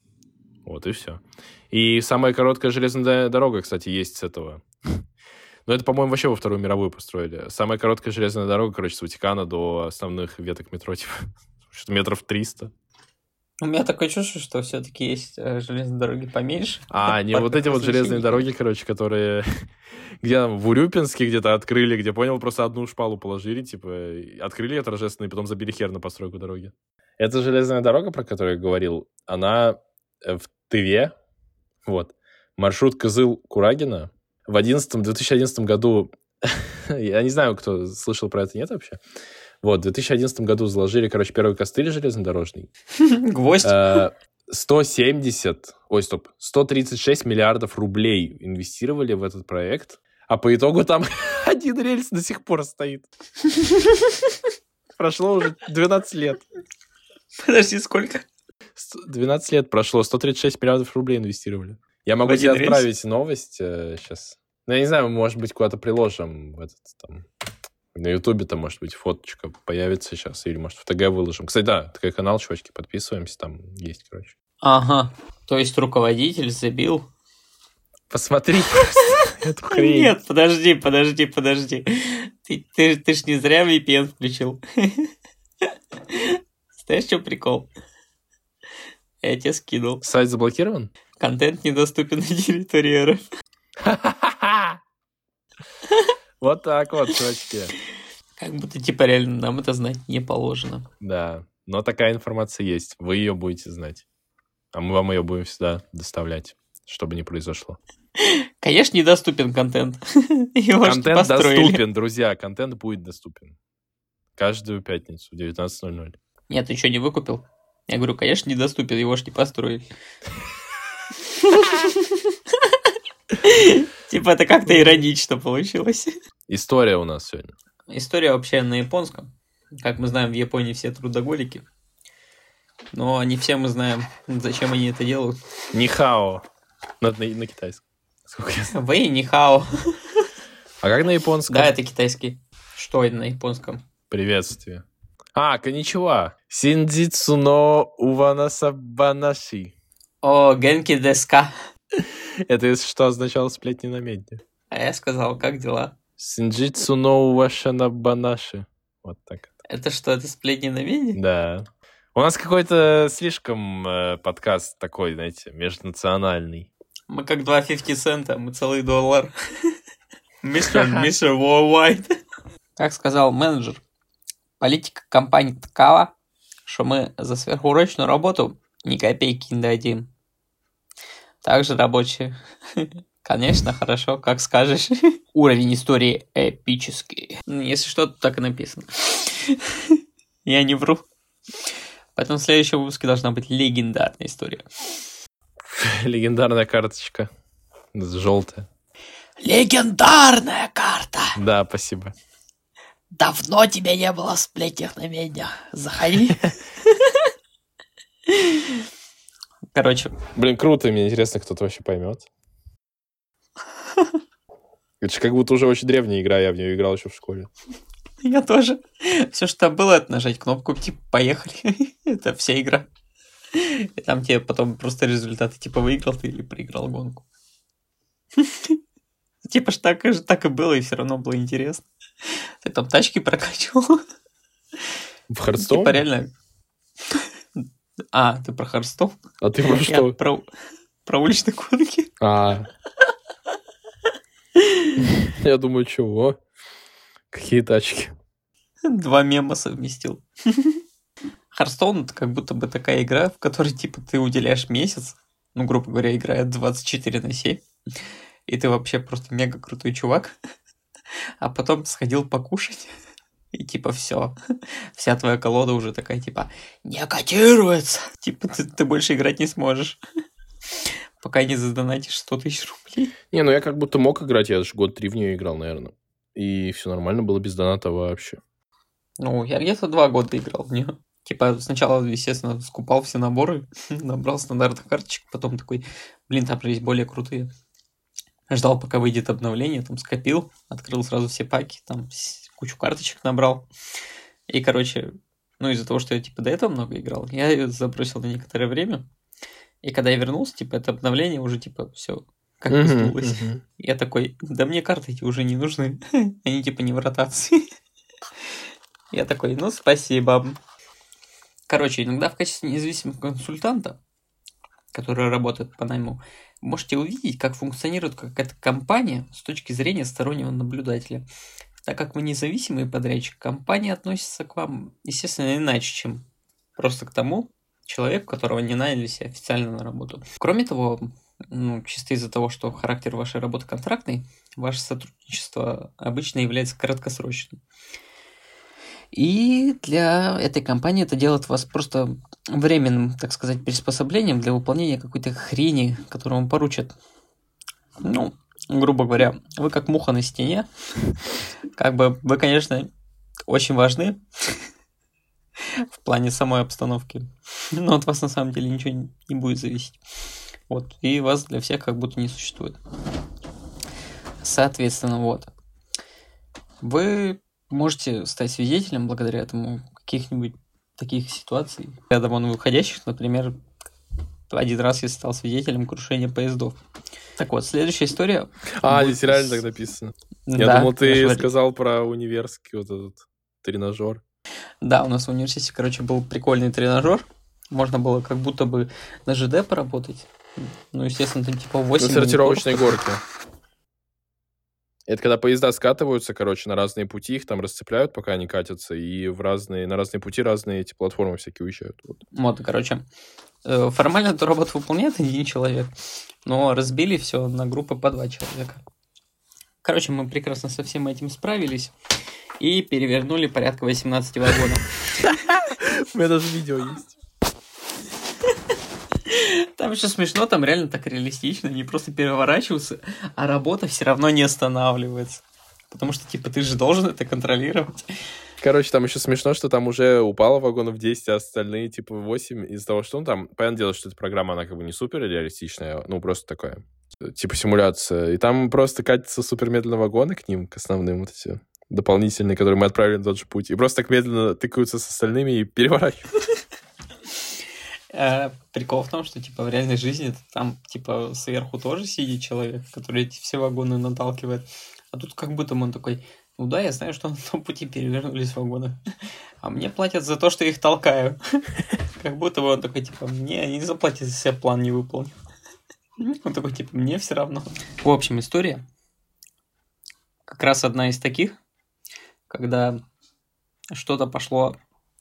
Вот и все. И самая короткая железная дорога, кстати, есть с этого. Но это, по-моему, вообще во Вторую мировую построили. Самая короткая железная дорога, короче, с Ватикана до основных веток метро, типа, что-то метров 300. У меня такое чувство, что все-таки есть железные дороги поменьше. А, не вот эти вот железные дороги, короче, которые где там в Урюпинске где-то открыли, где, понял, просто одну шпалу положили, типа, открыли ее торжественно, и потом забили хер на постройку дороги. Эта железная дорога, про которую я говорил, она в Тыве, вот, маршрут Кызыл-Курагино. В 2011 году, я не знаю, кто слышал про это, нет вообще? Вот, в 2011 году заложили, короче, первый костыль железнодорожный. Гвоздь. 136 миллиардов рублей инвестировали в этот проект, а по итогу там один рельс до сих пор стоит. Прошло уже 12 лет. Подожди, сколько? 12 лет прошло, 136 миллиардов рублей инвестировали. Я могу тебе отправить новость сейчас. Ну, я не знаю, мы, может быть, куда-то приложим в этот, там, в На Ютубе-то, может быть, фоточка появится сейчас, или, может, в ТГ выложим. Кстати, да, ТГ-канал, чувачки, подписываемся, там есть, короче. Ага, то есть руководитель забил. Посмотри просто эту хрень. Нет, подожди. Ты ж не зря VPN включил. Знаешь, что прикол? Я тебе скинул. Сайт заблокирован? Контент недоступен на территории РФ. Вот так вот, чувачки. Как будто, типа, реально нам это знать не положено. Да, но такая информация есть. Вы ее будете знать. А мы вам ее будем всегда доставлять, чтобы не произошло. Конечно, недоступен контент. Его ж Контент построили. доступен, друзья. Контент будет доступен. Каждую пятницу в 19:00. Нет, ты что, не выкупил? Я говорю, конечно, недоступен, его ж не построили. Типа это как-то иронично получилось. История у нас сегодня. История вообще на японском. Как мы знаем, в Японии все трудоголики. Но не все мы знаем, зачем они это делают. Нихао. На китайском. Сколько я знаю. Вэй нихао. А как на японском? Да, это китайский. Что это на японском? Приветствие. Коничева. Синдзицу но уванасабанаши. О, генки деска. Это, если что, означало сплетни на медне. А я сказал, как дела? Синджитсу но увашанабанаши. Вот так. Это что, это сплетни на меди? Да. У нас какой-то слишком подкаст такой, знаете, межнациональный. Мы как 2 50 цента, мы целый $1. Мистер Worldwide. Как сказал менеджер, политика компании такова, что мы за сверхурочную работу ни копейки не дадим. Также рабочие. Конечно, хорошо, как скажешь. Уровень истории эпический. Если что, то так и написано. Я не вру. Поэтому в следующем выпуске должна быть легендарная история. Легендарная карточка. Желтая. Легендарная карта! Да, спасибо. Давно тебя не было в сплетнях на меднях. Заходи. Короче. Блин, круто, мне интересно, кто-то вообще поймет. Это же как будто уже очень древняя игра, я в нее играл еще в школе. Я тоже. Все, что там было, это нажать кнопку, типа, поехали. Это вся игра. И там тебе потом просто результаты, типа, выиграл ты или проиграл гонку. Типа, так и было, и все равно было интересно. Ты там тачки прокачивал. В Хардстоун? Типа, реально... ты про Хардстоун? А ты про что? Про уличные гонки. Я думаю, чего? Какие тачки? 2 мема совместил. Hearthstone — это как будто бы такая игра, в которой, типа, ты уделяешь месяц, грубо говоря, играет 24/7, и ты вообще просто мега крутой чувак, а потом сходил покушать, и, типа, все. Вся твоя колода уже такая, типа, не котируется. Типа, ты больше играть не сможешь, пока не задонатишь 100 000 рублей. Не, я как будто мог играть, я даже 3 года в нее играл, наверное. И все нормально было без доната вообще. Я где-то 2 года играл в нее. Типа, сначала, естественно, скупал все наборы, набрал стандартных карточек, потом такой, там есть более крутые. Ждал, пока выйдет обновление, там скопил, открыл сразу все паки, там кучу карточек набрал. И, короче, из-за того, что я, типа, до этого много играл, я ее забросил на некоторое время. И когда я вернулся, типа, это обновление уже, типа, все как бы сдулось. Я такой, да мне карты эти уже не нужны. Они, типа, не в ротации. Я такой, спасибо. Короче, иногда в качестве независимого консультанта, который работает по найму, можете увидеть, как функционирует какая-то компания с точки зрения стороннего наблюдателя. Так как вы независимый подрядчик, компания относится к вам, естественно, иначе, чем просто к тому человеку, которого не наняли себе официально на работу. Кроме того, чисто из-за того, что характер вашей работы контрактный, ваше сотрудничество обычно является краткосрочным. И для этой компании это делает вас просто временным, так сказать, приспособлением для выполнения какой-то хрени, которую вам поручат. Грубо говоря, вы как муха на стене. Как бы вы, конечно, очень важны в плане самой обстановки, но от вас на самом деле ничего не будет зависеть. И вас для всех как будто не существует. Соответственно, вы можете стать свидетелем благодаря этому каких-нибудь таких ситуаций. Рядом вон выходящих, например, один раз я стал свидетелем крушения поездов. Так вот, следующая история. Здесь реально так написано. Я Да, думал, ты же сказал про универский вот этот тренажер. Да, у нас в университете, короче, был прикольный тренажер. Можно было как будто бы на ЖД поработать. Ну, естественно, там типа 8 На сортировочной мониторов. горке. Это когда поезда скатываются, короче, на разные пути, их там расцепляют, пока они катятся, и на разные пути разные эти платформы всякие уезжают. Вот, короче, формально эту работу выполняет один человек, но разбили все на группы по 2 человека. Короче, мы прекрасно со всем этим справились и перевернули порядка 18 вагонов. У меня даже видео есть. Там еще смешно, там реально так реалистично, они просто переворачиваются, а работа все равно не останавливается. Потому что, типа, ты же должен это контролировать. Короче, там еще смешно, что там уже упало вагонов 10, а остальные, типа, 8 из-за того, что, там, понятное дело, что эта программа, она как бы не супер реалистичная, просто такая, типа, симуляция. И там просто катятся супер медленно вагоны к ним, к основным вот эти дополнительные, которые мы отправили на тот же путь. И просто так медленно тыкаются с остальными и переворачиваются. Прикол в том, что, типа, в реальной жизни там, типа, сверху тоже сидит человек, который эти все вагоны наталкивает. А тут как будто он такой, ну да, я знаю, что на том пути перевернулись вагоны. А мне платят за то, что их толкаю. Как будто бы он такой, типа, мне не заплатят, если я план не выполню. Он такой, типа, мне все равно. В общем, история как раз одна из таких, когда что-то пошло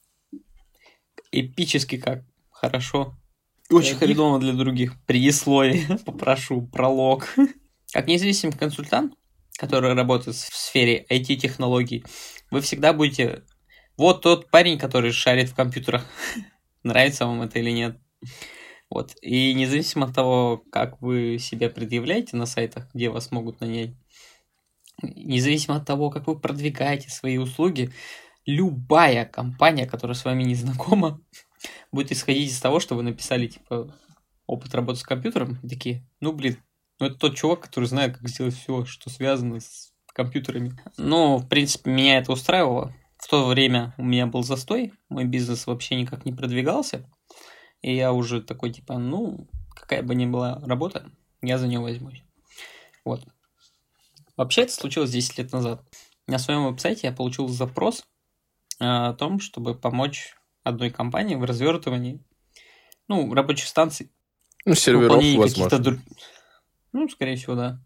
эпически как хорошо. Очень хреново для других. Предисловие, попрошу, пролог. Как независимый консультант, который работает в сфере IT-технологий, вы всегда будете... Вот тот парень, который шарит в компьютерах. Нравится вам это или нет. Вот. И независимо от того, как вы себя предъявляете на сайтах, где вас могут нанять, независимо от того, как вы продвигаете свои услуги, любая компания, которая с вами не знакома, будет исходить из того, что вы написали, типа, опыт работы с компьютером, и такие, это тот чувак, который знает, как сделать все, что связано с компьютерами. В принципе, меня это устраивало. В то время у меня был застой, мой бизнес вообще никак не продвигался, и я уже такой, типа, какая бы ни была работа, я за нее возьмусь. Вот. Вообще, это случилось 10 лет назад. На своем веб-сайте я получил запрос о том, чтобы помочь одной компании в развертывании, рабочих станций. Серверов, возможно. Скорее всего, да.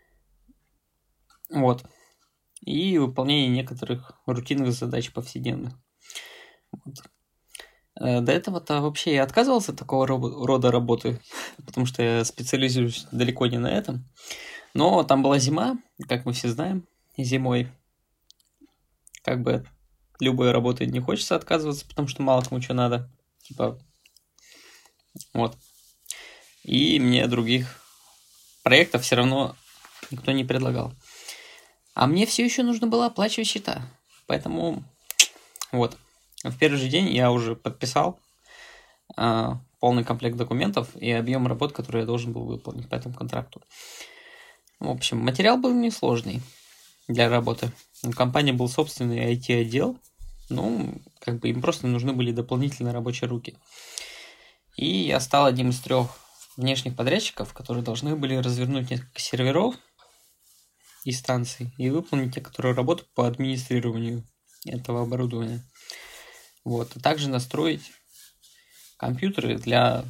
Вот. И выполнение некоторых рутинных задач повседневных. Вот. До этого-то вообще я отказывался от такого рода работы, потому что я специализируюсь далеко не на этом. Но там была зима, как мы все знаем, зимой как бы любой работы не хочется отказываться, потому что мало кому что надо. Типа, вот. И мне других проектов все равно никто не предлагал. А мне все еще нужно было оплачивать счета. Поэтому, вот. В первый же день я уже подписал полный комплект документов и объем работ, который я должен был выполнить по этому контракту. В общем, материал был несложный для работы. У компании был собственный IT-отдел. Им просто нужны были дополнительные рабочие руки. И я стал одним из 3 внешних подрядчиков, которые должны были развернуть несколько серверов и станций и выполнить некоторую работу по администрированию этого оборудования. Вот. А также настроить компьютеры для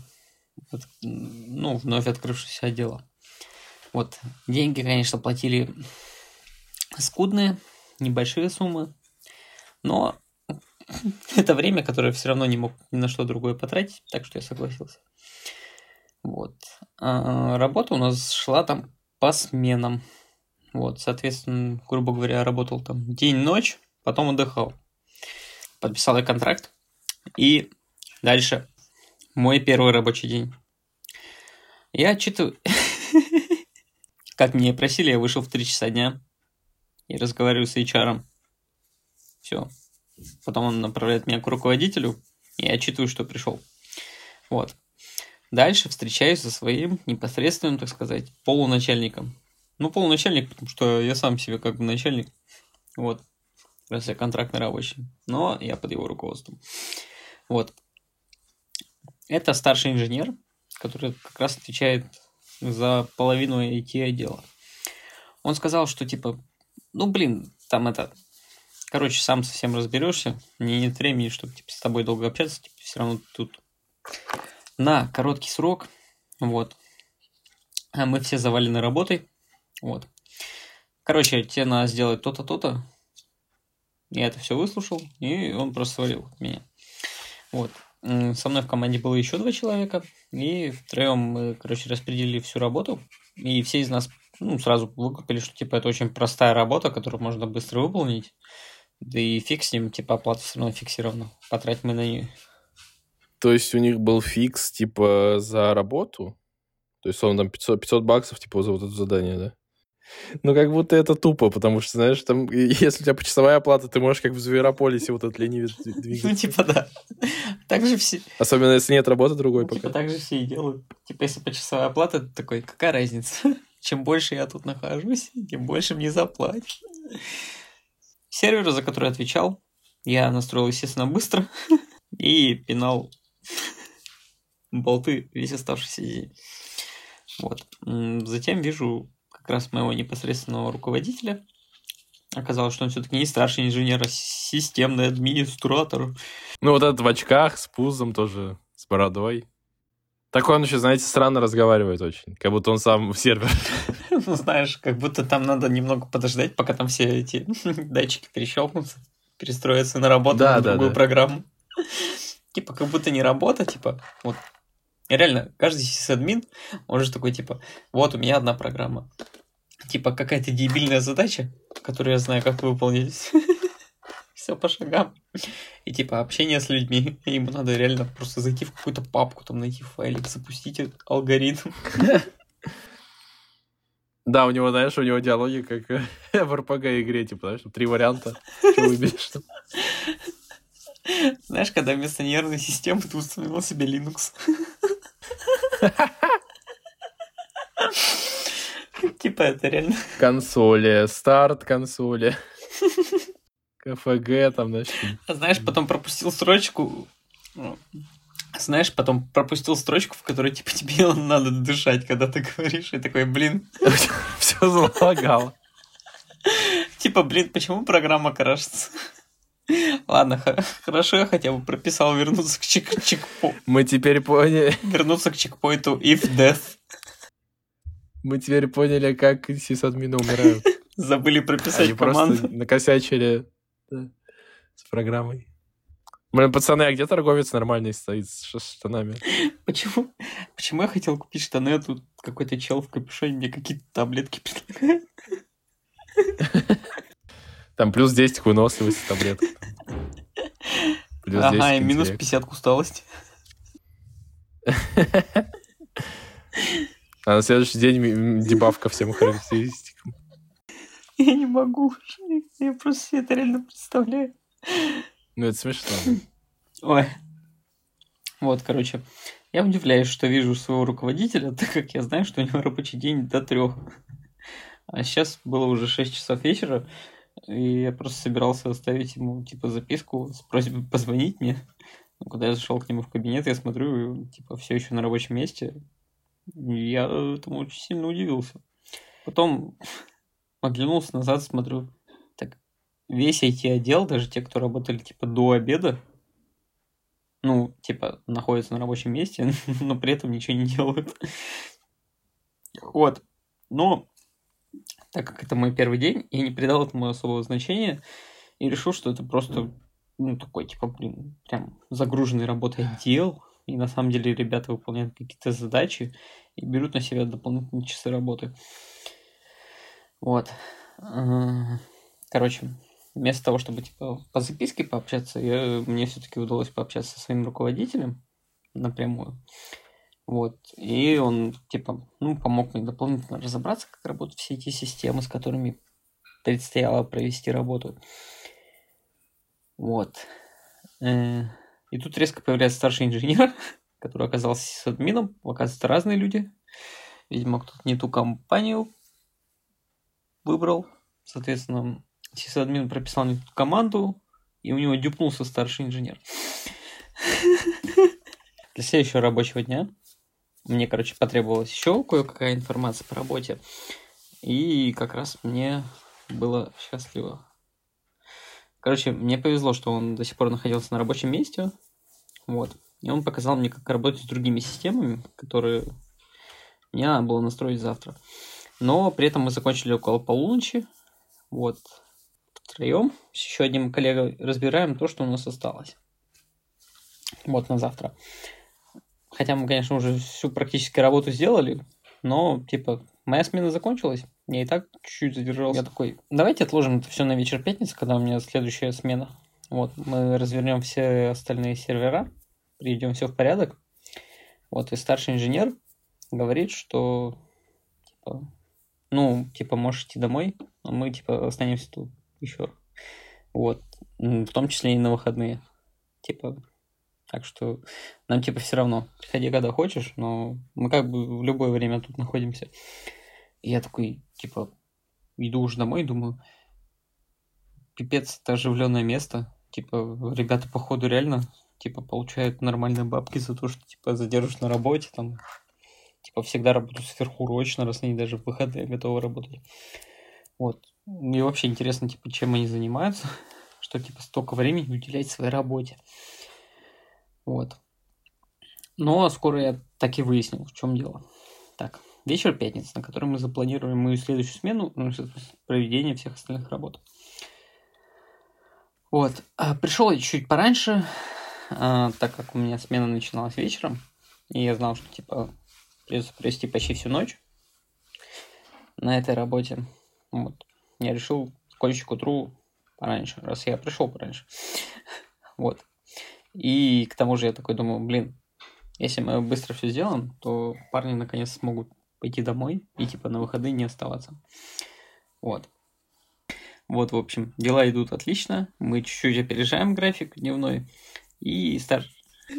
вновь открывшегося отдела. Вот. Деньги, конечно, платили скудные, небольшие суммы, но это время, которое все равно не мог ни на что другое потратить, так что я согласился. Вот. Работа у нас шла там по сменам. Вот, соответственно, грубо говоря, работал там день-ночь, потом отдыхал. Подписал я контракт. И дальше мой первый рабочий день. Я отчитываю... Как меня просили, я вышел в 3 часа дня и разговариваю с HR. Все. Потом он направляет меня к руководителю, и я отчитываю, что пришел. Вот. Дальше встречаюсь со своим непосредственным, так сказать, полуначальником. Полуначальник, потому что я сам себе как бы начальник. Вот. раз я контрактный рабочий, но я под его руководством. Вот. Это старший инженер, который как раз отвечает за половину IT-отдела. Он сказал, что типа, там короче, сам совсем разберешься, мне нет времени, чтобы типа, с тобой долго общаться, типа, все равно тут на короткий срок, вот. А мы все завалены работой, вот. Короче, тебе надо сделать то-то, то-то. Я это все выслушал, и он просто свалил от меня. Вот. Со мной в команде было еще 2 человека, и втроем мы, короче, распределили всю работу, и все из нас сразу выкупили, что типа это очень простая работа, которую можно быстро выполнить, да и фиг с ним, типа оплата все равно фиксирована, потратим мы на нее. То есть у них был фикс, типа, за работу? То есть он там 500 баксов, типа, за вот это задание, да? Ну, как будто это тупо, потому что, знаешь, там, если у тебя почасовая оплата, ты можешь как в Зверополисе вот этот ленивец двигаться. Ну, типа, да. Так же все... Особенно, если нет работы другой пока. Типа, так же все и делают. Типа, если почасовая оплата, ты такой, какая разница? Чем больше я тут нахожусь, тем больше мне заплатят. Сервер, за который я отвечал, я настроил, естественно, быстро и пинал болты весь оставшийся день. Вот. Затем вижу как раз моего непосредственного руководителя. Оказалось, что он все-таки не старший инженер, а системный администратор. Ну, вот этот в очках, с пузом тоже, с бородой. Такой он еще, знаете, странно разговаривает очень. Как будто он сам сервер. Ну, знаешь, как будто там надо немного подождать, пока там все эти датчики перещелкнутся, перестроятся на работу, на другую программу. Типа, как будто не работа, типа, вот. И реально, каждый сисадмин, он же такой, типа, вот у меня одна программа. Типа, какая-то дебильная задача, которую я знаю, как выполнить. Все по шагам. И типа, общение с людьми. Ему надо реально просто зайти в какую-то папку, там найти файлик, запустить алгоритм. Да, у него, знаешь, диалоги, как в РПГ-игре, типа, знаешь, 3 варианта, что выберешь. Знаешь, когда вместо нервной системы ты установил себе Linux. Типа это реально. Консоли, старт консоли. КФГ там, знаешь. А знаешь, потом пропустил строчку, в которой типа тебе надо дышать, когда ты говоришь, и такой, блин. Все залагало. Типа, блин, почему программа крашится? Ладно, хорошо, я хотя бы прописал вернуться к чекпоинту. Мы теперь поняли. Вернуться к чекпоинту if death. Мы теперь поняли, как сисадмины умирают. Забыли прописать команду. Они просто накосячили с программой. Блин, пацаны, а где торговец нормальный стоит с штанами? Почему я хотел купить штаны, а тут какой-то чел в капюшоне мне какие-то таблетки предлагает? Там плюс 10 к выносливости таблеток. Ага, и минус 50 к усталости. А на следующий день дебаф ко всем характеристикам. Я не могу. Я просто себе это реально представляю. Ну, это смешно. Ой. Вот, короче. Я удивляюсь, что вижу своего руководителя, так как я знаю, что у него рабочий день до 3. А сейчас было уже 6 часов вечера, и я просто собирался оставить ему, типа, записку с просьбой позвонить мне. Но когда я зашел к нему в кабинет, я смотрю, и, типа, все еще на рабочем месте. И я этому очень сильно удивился. Потом оглянулся назад, смотрю, так, весь IT-отдел, даже те, кто работали, типа, до обеда, ну, типа, находятся на рабочем месте, но при этом ничего не делают. Вот. Но, так как это мой первый день, я не придал этому особого значения и решил, что это просто, такой, типа, блин, прям загруженный работой отдел, и на самом деле ребята выполняют какие-то задачи и берут на себя дополнительные часы работы. Вот. Короче, вместо того, чтобы типа по записке пообщаться, мне все-таки удалось пообщаться со своим руководителем напрямую. Вот. И он, типа, помог мне дополнительно разобраться, как работают все эти системы, с которыми предстояло провести работу. Вот. И тут резко появляется старший инженер, который оказался сисадмином. Оказывается, разные люди. Видимо, кто-то не ту компанию выбрал. Соответственно, Сисадмин прописал мне тут команду, и у него дюпнулся старший инженер. Для следующего рабочего дня мне, короче, потребовалась еще кое-какая информация по работе. И как раз мне было счастливо. Короче, мне повезло, что он до сих пор находился на рабочем месте. Вот. И он показал мне, как работать с другими системами, которые мне надо было настроить завтра. Но при этом мы закончили около полуночи. Вот. Втроем с еще одним коллегой разбираем то, что у нас осталось. Вот на завтра. Хотя мы, конечно, уже всю практически работу сделали, но, типа, моя смена закончилась, я и так чуть-чуть задержался. Я такой, давайте отложим это все на вечер пятницы, когда у меня следующая смена. Вот, мы развернем все остальные сервера, приведем все в порядок. Вот, и старший инженер говорит, что, типа, можешь идти домой, а мы, типа, останемся тут еще. Вот, в том числе и на выходные. Типа, так что нам, типа, все равно. Приходи, когда хочешь, но мы как бы в любое время тут находимся. И я такой, типа, иду уже домой, думаю, пипец, это оживленное место. Типа, ребята, походу, реально, типа, получают нормальные бабки за то, что, типа, задержишь на работе, там, типа, всегда работают сверхурочно, раз они даже в выходные готовы работать. Вот. Мне вообще интересно, типа, чем они занимаются, что, типа, столько времени уделять своей работе. Вот. Но скоро я так и выяснил, в чем дело. Так, вечер пятницы, на который мы запланировали мою следующую смену, проведение всех остальных работ. Вот. Пришел я чуть пораньше, так как у меня смена начиналась вечером, и я знал, что, типа, придется провести почти всю ночь на этой работе. Вот. Я решил закончить к утру пораньше, раз я пришел пораньше. Вот. И к тому же я такой думаю, если мы быстро все сделаем, то парни наконец смогут пойти домой и, типа, на выходные не оставаться. Вот. Вот, в общем, дела идут отлично. Мы чуть-чуть опережаем график дневной. И старший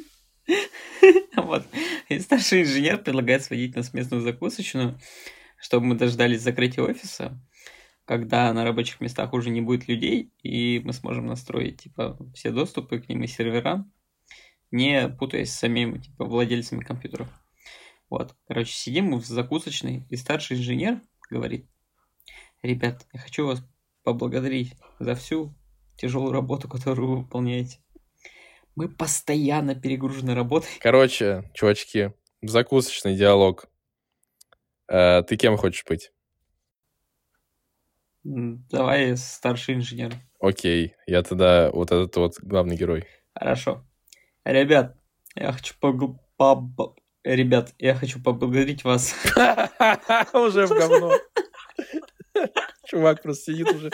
инженер предлагает сводить нас в местную закусочную, чтобы мы дождались закрытия офиса, когда на рабочих местах уже не будет людей, и мы сможем настроить, типа, все доступы к ним и сервера, не путаясь с самими, типа, владельцами компьютеров. Вот, короче, сидим мы в закусочной, и старший инженер говорит: ребят, я хочу вас поблагодарить за всю тяжелую работу, которую вы выполняете. Мы постоянно перегружены работой. Короче, чувачки, закусочный диалог. Ты кем хочешь быть? Давай старший инженер. Окей, я тогда вот этот вот главный герой. Хорошо. Ребят, я хочу поблагодарить вас. Уже в говно. Чувак просто сидит уже.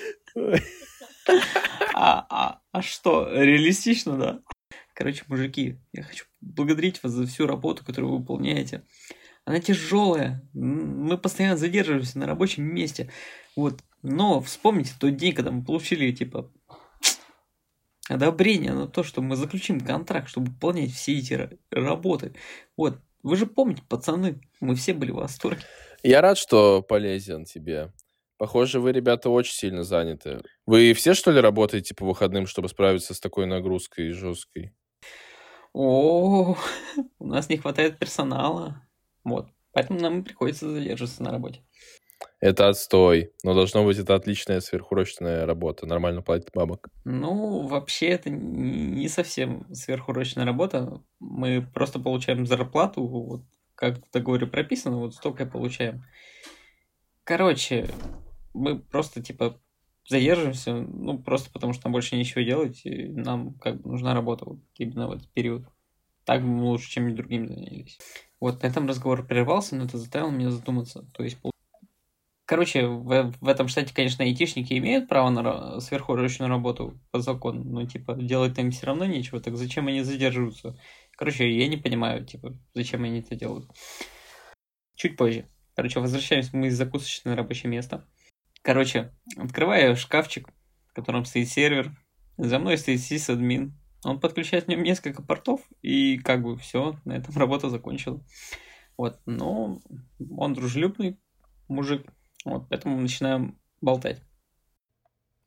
А что, реалистично, да? Короче, мужики, я хочу благодарить вас за всю работу, которую вы выполняете. Она тяжелая, мы постоянно задерживаемся на рабочем месте. Вот. Но вспомните тот день, когда мы получили, типа, одобрение на то, что мы заключим контракт, чтобы выполнять все эти работы. Вот. Вы же помните, пацаны, мы все были в восторге. Я рад, что полезен тебе. Похоже, вы, ребята, очень сильно заняты. Вы все, что ли, работаете по выходным, чтобы справиться с такой нагрузкой жесткой? У нас не хватает персонала. Вот. Поэтому нам приходится задерживаться на работе. Это отстой. Но должно быть, это отличная сверхурочная работа. Нормально платит бабок. Ну, вообще, это не совсем сверхурочная работа. Мы просто получаем зарплату, вот как в договоре прописано, вот столько и получаем. Короче, мы просто, типа, задерживаемся, просто потому что нам больше нечего делать, и нам как бы нужна работа вот именно в этот период. Так мы лучше чем-нибудь другим занялись. Вот, на этом разговор прервался, но это заставило меня задуматься. То есть, короче, в этом штате, конечно, айтишники имеют право на сверхурочную работу по закону, но, типа, делать им все равно нечего, так зачем они задерживаются? Короче, я не понимаю, типа, зачем они это делают. Чуть позже. Короче, возвращаемся мы из закусочной на рабочее место. Короче, открываю шкафчик, в котором стоит сервер. За мной стоит сисадмин. Он подключает в нем несколько портов, и как бы все, на этом работа закончила. Вот, но он дружелюбный мужик. Вот, поэтому мы начинаем болтать.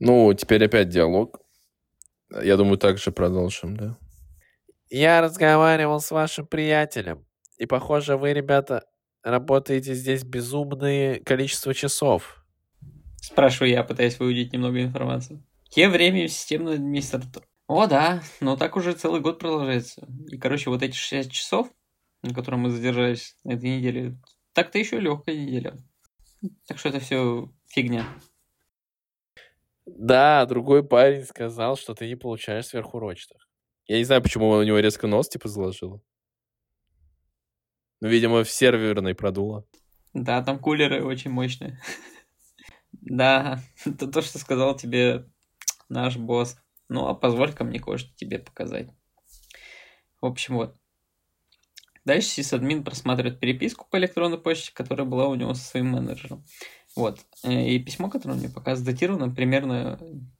Ну, теперь опять диалог. Я думаю, так же продолжим, да? Я разговаривал с вашим приятелем, и, похоже, вы, ребята, работаете здесь безумное количество часов. Спрашиваю я, пытаясь выудить немного информации. Тем временем системный администратор. О, да, но так уже целый год продолжается. И, короче, вот эти 60 часов, на котором мы задержались на этой неделе, так-то еще легкая неделя. Так что это все фигня. Да, другой парень сказал, что ты не получаешь сверхурочных. Я не знаю, почему он у него резко нос типа заложил. Ну, видимо, в серверной продуло. Да, там кулеры очень мощные. Да, это то, что сказал тебе наш босс. Ну, а позволь-ка мне кое-что тебе показать. В общем, вот. Дальше сисадмин просматривает переписку по электронной почте, которая была у него со своим менеджером. Вот. И письмо, которое он мне показывает, датировано примерно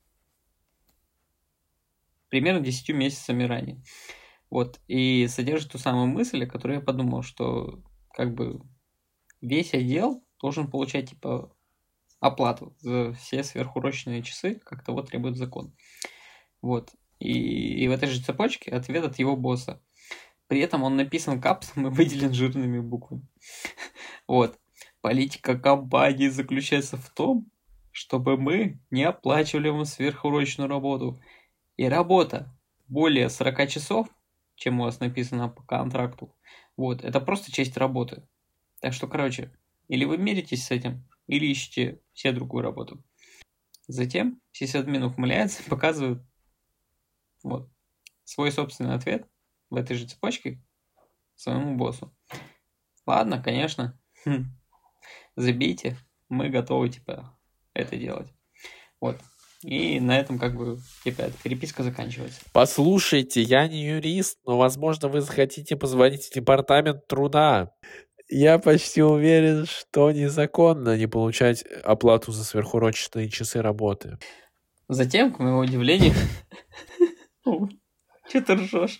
10 месяцами ранее. Вот. И содержит ту самую мысль, о которой я подумал, что как бы весь отдел должен получать типа оплату за все сверхурочные часы, как того требует закон. Вот. И в этой же цепочке ответ от его босса. При этом он написан капсом и выделен жирными буквами. Вот. Политика компании заключается в том, чтобы мы не оплачивали вам сверхурочную работу. И работа более 40 часов, чем у вас написано по контракту, вот, это просто часть работы. Так что, короче, или вы миритесь с этим, или ищите себе другую работу. Затем сисадмин ухмыляется и показывает вот, свой собственный ответ в этой же цепочке своему боссу. Ладно, конечно, забейте, мы готовы, типа, это делать. Вот. И на этом, как бы, типа, эта переписка заканчивается. Послушайте, я не юрист, но, возможно, вы захотите позвонить в департамент труда. Я почти уверен, что незаконно не получать оплату за сверхурочные часы работы. Затем, к моему удивлению... Че ты ржешь?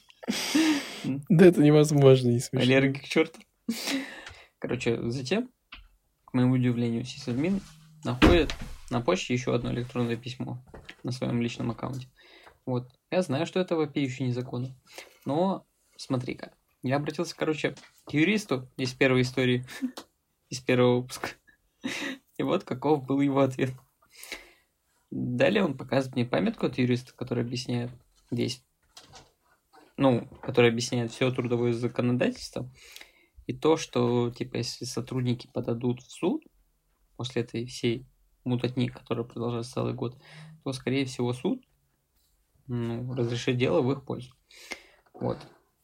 Да это невозможно, не смешно. Аллергик черт. Короче, затем, к моему удивлению, сисадмин находит на почте еще одно электронное письмо на своем личном аккаунте. Вот. Я знаю, что это вопиющее незаконно. Но смотри-ка. Я обратился, короче, к юристу из первой истории, из первого выпуска. И вот каков был его ответ. Далее он показывает мне памятку от юриста, который объясняет здесь, который объясняет все трудовое законодательство. И то, что, типа, если сотрудники подадут в суд после этой всей мутатни, которая продолжается целый год, то, скорее всего, суд разрешит дело в их пользу. Вот.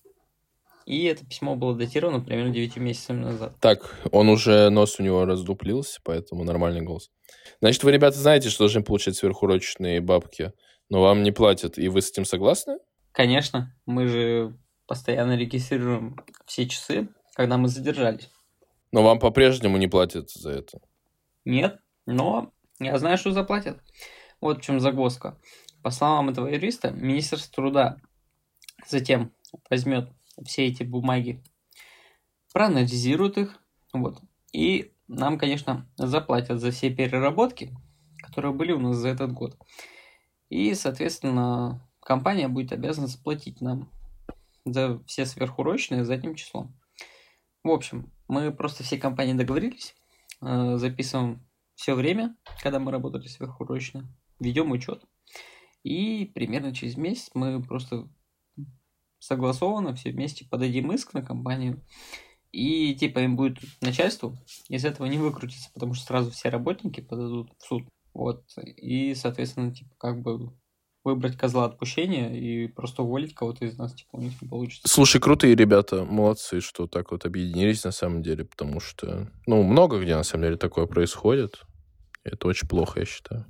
И это письмо было датировано примерно 9 месяцами назад. Так, он уже, нос у него раздуплился, поэтому нормальный голос. Значит, вы, ребята, знаете, что должны получать сверхурочные бабки, но вам не платят, и вы с этим согласны? Конечно, мы же постоянно регистрируем все часы, когда мы задержались. Но вам по-прежнему не платят за это. Нет, но я знаю, что заплатят. Вот в чем загвоздка. По словам этого юриста, Министерство труда затем возьмет все эти бумаги, проанализирует их, вот, и нам, конечно, заплатят за все переработки, которые были у нас за этот год. И, соответственно, компания будет обязана заплатить нам за все сверхурочные задним числом. В общем, мы просто всей компании договорились, записываем все время, когда мы работали сверхурочно, ведем учет. И примерно через месяц мы просто согласованно все вместе подадим иск на компанию. И типа им будет начальству из этого не выкрутиться, потому что сразу все работники подадут в суд. Вот. И, соответственно, типа как бы выбрать козла отпущения и просто уволить кого-то из нас, типа у них не получится. Слушай, крутые ребята, молодцы, что так вот объединились на самом деле, потому что, много где на самом деле такое происходит. Это очень плохо, я считаю.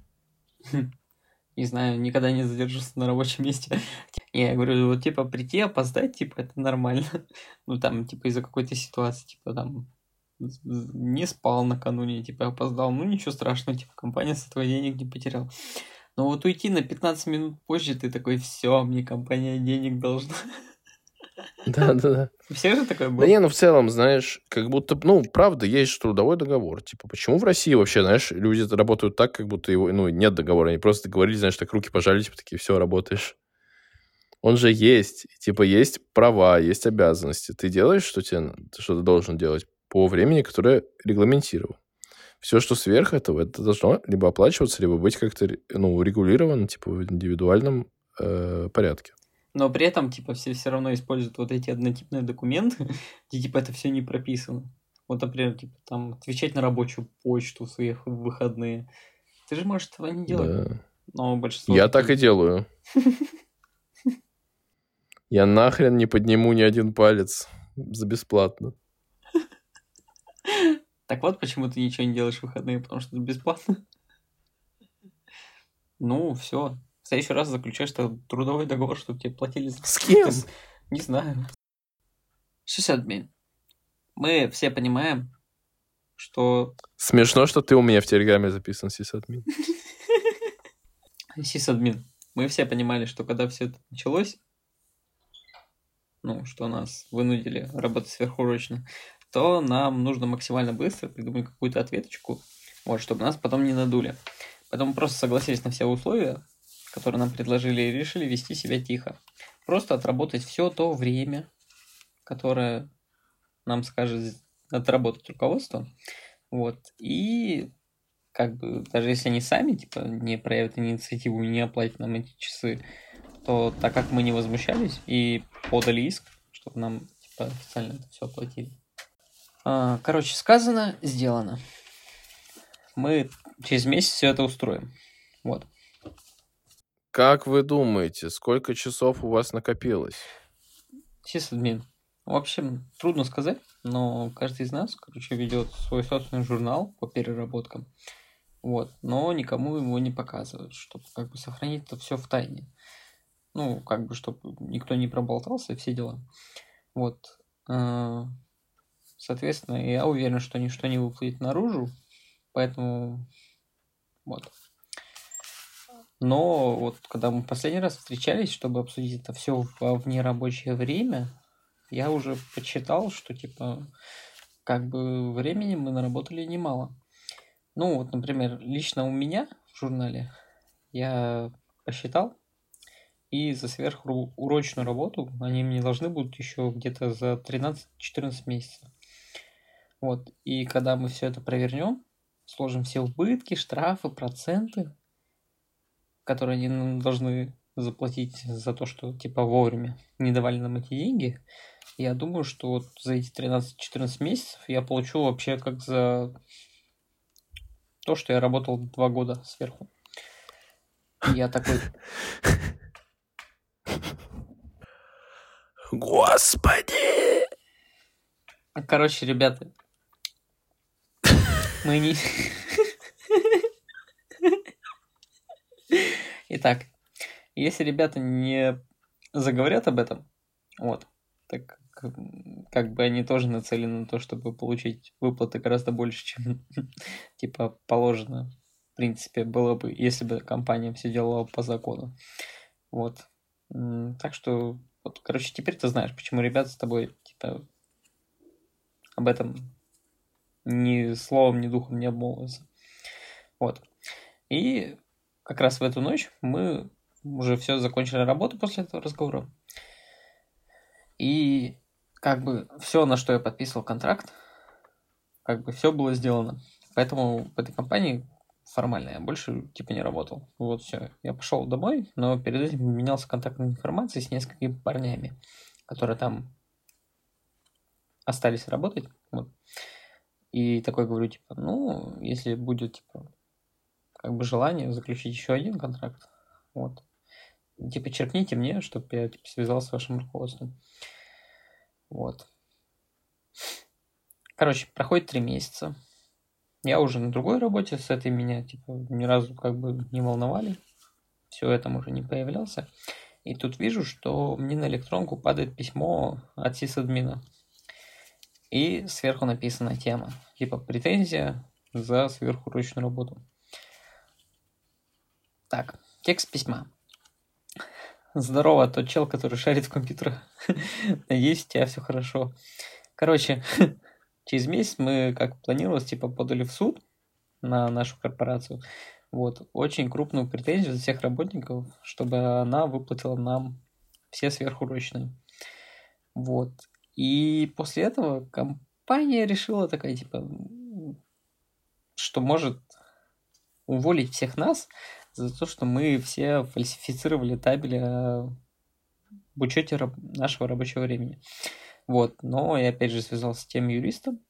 Не знаю, никогда не задержался на рабочем месте. Я говорю, вот, типа, прийти, опоздать, типа, это нормально. Там, типа, из-за какой-то ситуации, типа, там, не спал накануне, типа, опоздал. Ничего страшного, типа, компания с этого денег не потеряла. Но вот уйти на 15 минут позже, ты такой, все, мне компания денег должна. Да. Все же такое Да было. не, ну в целом, знаешь, как будто, ну, правда, есть трудовой договор. Типа, почему в России вообще, знаешь, люди работают так, как будто его, ну, нет договора. Они просто договорились, знаешь, так руки пожали, типа, такие, все, работаешь. Он же есть. Типа, есть права, есть обязанности. Ты делаешь, что ты должен делать по времени, которое регламентировано. Все, что сверх этого, это должно либо оплачиваться, либо быть как-то, ну, регулировано, типа, в индивидуальном порядке. Но при этом, типа, все равно используют вот эти однотипные документы, где, типа, это все не прописано. Вот, например, типа, там, отвечать на рабочую почту в своих выходные. Ты же можешь этого не делать. Да. Но большинство Я такие так и делаю. Я нахрен не подниму ни один палец за бесплатно. Так вот, почему ты ничего не делаешь в выходные, потому что это бесплатно. Ну, все. В следующий раз заключаешь трудовой договор, чтобы тебе платили за... С кем? Не знаю. Сисадмин. Мы все понимаем, что... Смешно, что ты у меня в Телеграме записан, сисадмин. Сисадмин. Мы все понимали, что когда все это началось, ну, что нас вынудили работать сверхурочно, то нам нужно максимально быстро придумать какую-то ответочку, вот, чтобы нас потом не надули. Поэтому просто согласились на все условия, которые нам предложили, и решили вести себя тихо. Просто отработать все то время, которое нам скажет отработать руководство. Вот. И как бы, даже если они сами, типа, не проявят инициативу и не оплатят нам эти часы, то так как мы не возмущались и подали иск, чтобы нам, типа, официально это все оплатили. Короче, сказано, сделано. Мы через месяц все это устроим. Вот. Как вы думаете, сколько часов у вас накопилось? Сисадмин. В общем, трудно сказать, но каждый из нас, короче, ведет свой собственный журнал по переработкам. Вот. Но никому его не показывают, чтобы как бы сохранить это все в тайне. Ну, как бы, чтобы никто не проболтался и все дела. Вот. Соответственно, я уверен, что ничто не выплывет наружу, поэтому вот. Но вот когда мы последний раз встречались, чтобы обсудить это все во внерабочее время, я уже подсчитал, что типа как бы времени мы наработали немало. Ну вот, например, лично у меня в журнале я посчитал, и за сверхурочную работу они мне должны будут еще где-то за 13-14 месяцев. Вот. И когда мы все это провернем, сложим все убытки, штрафы, проценты, которые они нам должны заплатить за то, что типа вовремя не давали нам эти деньги, я думаю, что вот за эти 13-14 месяцев я получу вообще как за то, что я работал 2 года сверху. И я такой... Господи! Короче, ребята, мы не... Итак, если ребята не заговорят об этом, вот, так как бы они тоже нацелены на то, чтобы получить выплаты гораздо больше, чем типа положено. В принципе, было бы, если бы компания все делала по закону. Вот. Так что, вот, короче, теперь ты знаешь, почему ребята с тобой, типа, об этом ни словом, ни духом не обмолвятся. Вот. И как раз в эту ночь мы уже все закончили работу после этого разговора. И как бы все, на что я подписывал контракт, как бы все было сделано. Поэтому в этой компании формально я больше типа не работал. Вот все. Я пошел домой, но перед этим менялся контактной информацией с несколькими парнями, которые там остались работать. Вот. И такой говорю, типа, ну, если будет, типа, как бы желание заключить еще один контракт, вот, типа, черкните мне, чтобы я типа, связался с вашим руководством. Вот. Короче, проходит 3 месяца. Я уже на другой работе, с этой меня, типа, ни разу как бы не волновали. Все это уже не появлялся. И тут вижу, что мне на электронку падает письмо от сисадмина. И сверху написана тема. Типа, претензия за сверхурочную работу. Так, текст письма. Здорово, тот чел, который шарит в компьютерах. Надеюсь, у тебя все хорошо. Короче, через месяц мы, как планировалось, типа подали в суд на нашу корпорацию. Вот, очень крупную претензию за всех работников, чтобы она выплатила нам все сверхурочные. Вот. И после этого компания решила такая, типа, что может уволить всех нас за то, что мы все фальсифицировали табели об учете нашего рабочего времени. Вот. Но я опять же связался с тем юристом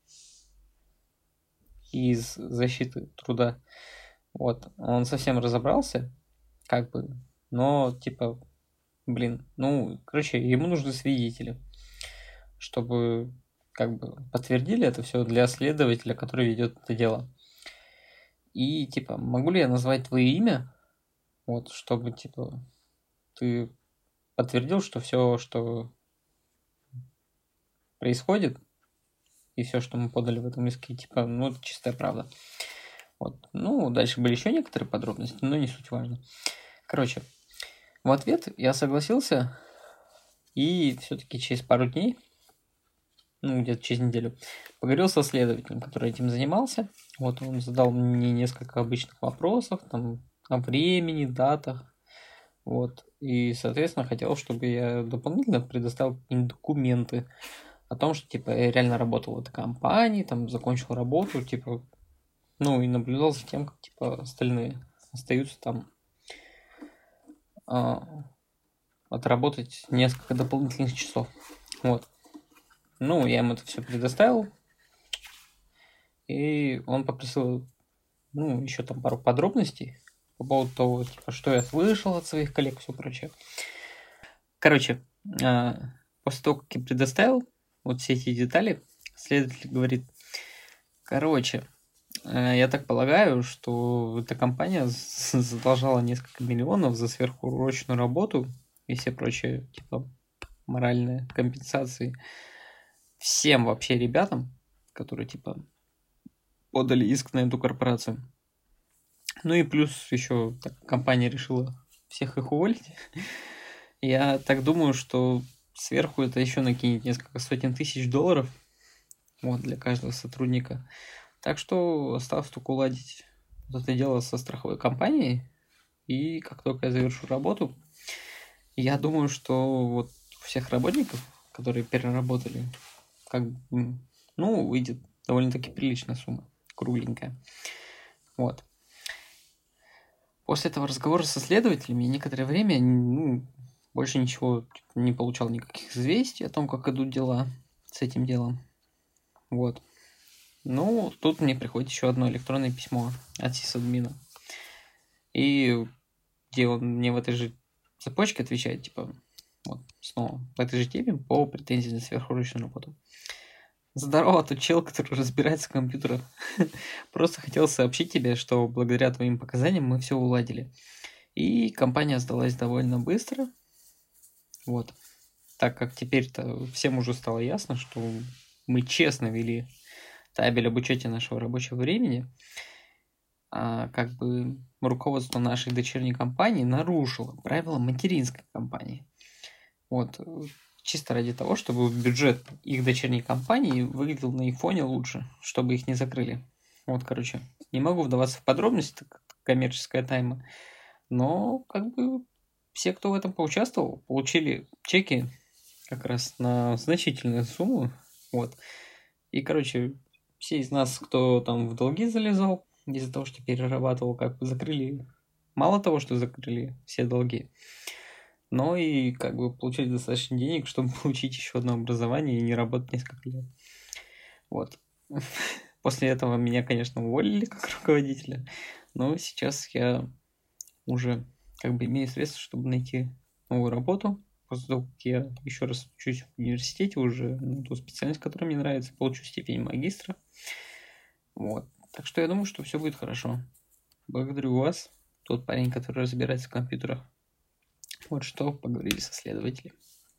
из защиты труда. Вот. Он совсем разобрался, как бы, но типа, короче, ему нужны свидетели, чтобы как бы подтвердили это все для следователя, который ведет это дело. И типа, могу ли я назвать твое имя, вот, чтобы типа ты подтвердил, что все, что происходит, и все, что мы подали в этом иске, типа, ну, это чистая правда. Вот. Ну, дальше были еще некоторые подробности, но не суть важно. Короче, в ответ я согласился, и все-таки через пару дней, ну, где-то через неделю, поговорил со следователем, который этим занимался. Вот он задал мне несколько обычных вопросов, там, о времени, датах, вот. И, соответственно, хотел, чтобы я дополнительно предоставил им документы о том, что, типа, я реально работал в этой компании, там, закончил работу, типа, ну, и наблюдал за тем, как, типа, остальные остаются там отработать несколько дополнительных часов. Вот. Ну, я ему это все предоставил, и он попросил, ну, еще там пару подробностей по поводу того, типа, что я слышал от своих коллег и все прочее. Короче, после того, как я предоставил вот все эти детали, следователь говорит, короче, я так полагаю, что эта компания задолжала несколько миллионов за сверхурочную работу и все прочие, типа, моральные компенсации всем вообще ребятам, которые, типа, подали иск на эту корпорацию. Ну и плюс еще компания решила всех их уволить. Я так думаю, что сверху это еще накинет несколько сотен тысяч долларов, вот, для каждого сотрудника. Так что осталось только уладить вот это дело со страховой компанией. И как только я завершу работу, я думаю, что вот у всех работников, которые переработали, как бы, ну, выйдет довольно-таки приличная сумма, кругленькая. Вот. После этого разговора со следователями я некоторое время больше ничего не получал, никаких известий о том, как идут дела с этим делом. Вот. Ну, тут мне приходит еще одно электронное письмо от сисадмина. И где он мне в этой же цепочке отвечает, типа, вот, снова, в этой же теме по претензии на сверхурочную работу. Здорово, тут чел, который разбирается в компьютерах. Просто хотел сообщить тебе, что благодаря твоим показаниям мы все уладили. И компания сдалась довольно быстро. Вот. Так как теперь-то всем уже стало ясно, что мы честно вели табель об учете нашего рабочего времени, а как бы руководство нашей дочерней компании нарушило правила материнской компании. Вот. Чисто ради того, чтобы бюджет их дочерней компании выглядел на их фоне лучше, чтобы их не закрыли. Вот, короче, не могу вдаваться в подробности, так коммерческая тайна, но как бы все, кто в этом поучаствовал, получили чеки как раз на значительную сумму. Вот. И, короче, все из нас, кто там в долги залезал из-за того, что перерабатывал, как бы закрыли. Мало того, что закрыли все долги, но и как бы получили достаточно денег, чтобы получить еще одно образование и не работать несколько лет. Вот. После этого меня, конечно, уволили как руководителя, но сейчас я уже как бы имею средства, чтобы найти новую работу. После того, как я еще раз учусь в университете уже на ту специальность, которая мне нравится, получу степень магистра. Вот. Так что я думаю, что все будет хорошо. Благодарю вас, тот парень, который разбирается в компьютерах. Вот что поговорили со следователем.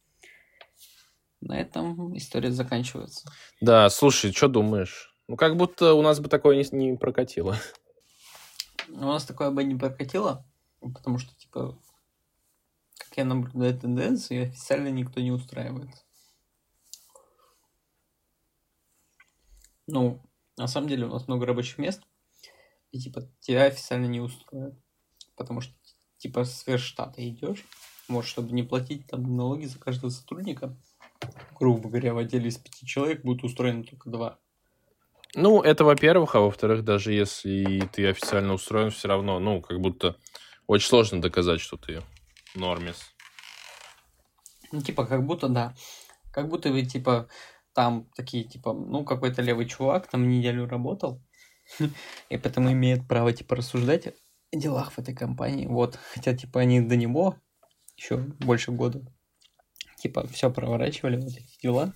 На этом история заканчивается. Да, слушай, что думаешь? Ну, как будто у нас бы такое не прокатило. У нас такое бы не прокатило, потому что, типа, как я наблюдаю тенденцию, и официально никто не устраивается. Ну, на самом деле у нас много рабочих мест, и типа тебя официально не устроят. Потому что типа сверх штата идешь, может, чтобы не платить там налоги за каждого сотрудника, грубо говоря, в отделе из 5 человек будет устроено только 2. Ну, это во-первых, а во-вторых, даже если ты официально устроен, все равно, ну, как будто очень сложно доказать, что ты нормис. Ну, типа, как будто, да. Как будто вы, типа, там такие, типа, ну, какой-то левый чувак там неделю работал, и поэтому имеет право, типа, рассуждать о делах в этой компании. Вот. Хотя, типа, они до него еще больше года, типа, все проворачивали, вот эти дела.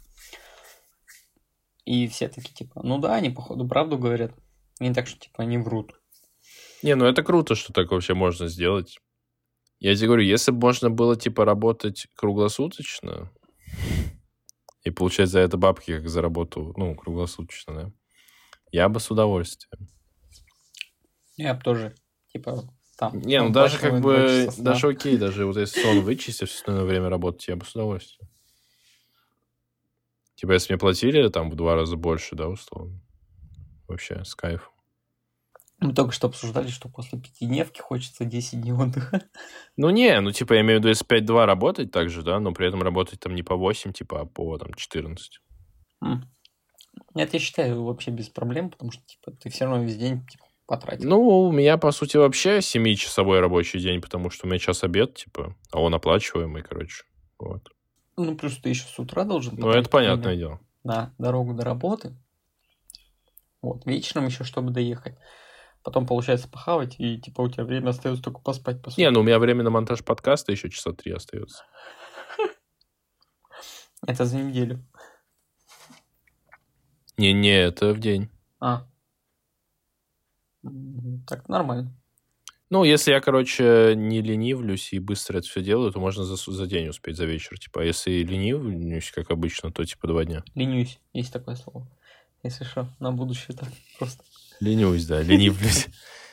И все такие, типа, ну да, они, походу, правду говорят. И не так, что, типа, они врут. Не, ну это круто, что так вообще можно сделать. Я тебе говорю, если бы можно было, типа, работать круглосуточно и получать за это бабки, как за работу, ну, круглосуточно, да, я бы с удовольствием. Я бы тоже, типа, там... Не, ну даже как бы, даже окей, даже вот если сон вычесть, все остальное время работать, я бы с удовольствием. Типа, если мне платили там в 2 раза больше, да, условно, вообще с кайфом. Мы только что обсуждали, что после 5-дневки хочется 10 дней отдыха. Ну не, ну типа я имею в виду, если 5-2 работать так же, да, но при этом работать там не по 8, типа, а по там 14. Это я считаю вообще без проблем, потому что типа ты все равно весь день типа, потратил. Ну, у меня, по сути, вообще 7-часовой рабочий день, потому что у меня час обед, типа, а он оплачиваемый, короче, вот. Ну, плюс ты еще с утра должен... Ну, это понятное дело. На дорогу до работы. Вот, вечером еще, чтобы доехать. Потом, получается, похавать, и, типа, у тебя время остается только поспать, по сути. Не, ну, у меня время на монтаж подкаста еще часа 3 остается. Это за неделю. Не, это в день. Так, нормально. Ну, если я, короче, не ленивлюсь и быстро это все делаю, то можно за день успеть, за вечер. Типа, а если ленивлюсь, как обычно, то, типа, 2 дня. Ленюсь, есть такое слово. Если что, на будущее так просто. Ленюсь, да, ленивлюсь.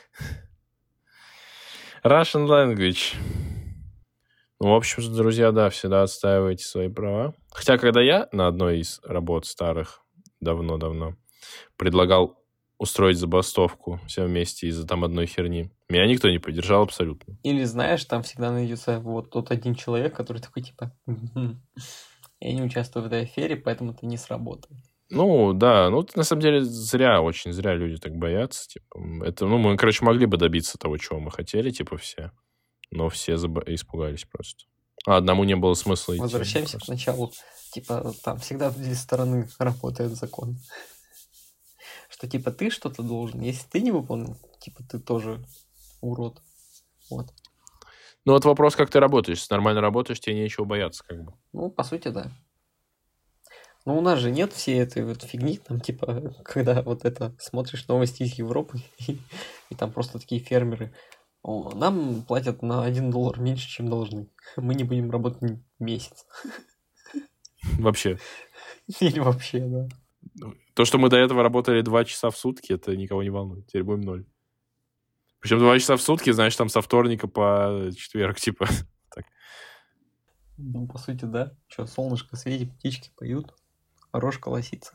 Russian language. Ну, в общем, друзья, да, всегда отстаивайте свои права. Хотя, когда я на одной из работ старых, давно-давно, предлагал устроить забастовку все вместе из-за там одной херни, меня никто не поддержал абсолютно. Или, знаешь, там всегда найдется вот тот один человек, который такой, типа, я не участвую в этой афере, поэтому это не сработает. Ну, да, ну, на самом деле, очень зря люди так боятся. Типа, это, ну, мы, короче, могли бы добиться того, чего мы хотели, типа, все. Но все испугались просто. А одному не было смысла идти. Возвращаемся к началу. Типа, там всегда с две стороны работает закон. Что, типа, ты что-то должен. Если ты не выполнил, типа, ты тоже урод. Вот. Ну, вот вопрос, как ты работаешь. Если нормально работаешь, тебе нечего бояться, как бы. Ну, по сути, да. Но у нас же нет всей этой вот фигни, там, типа, когда вот это, смотришь новости из Европы, и там просто такие фермеры. Нам платят на $1 меньше, чем должны. Мы не будем работать месяц. Вообще. Или вообще, да. То, что мы до этого работали 2 часа в сутки, это никого не волнует. Теперь будем 0. Причем 2 часа в сутки, знаешь, там со вторника по четверг, типа. Так. Ну, по сути, да. Что, солнышко светит, птички поют, рожь колосится.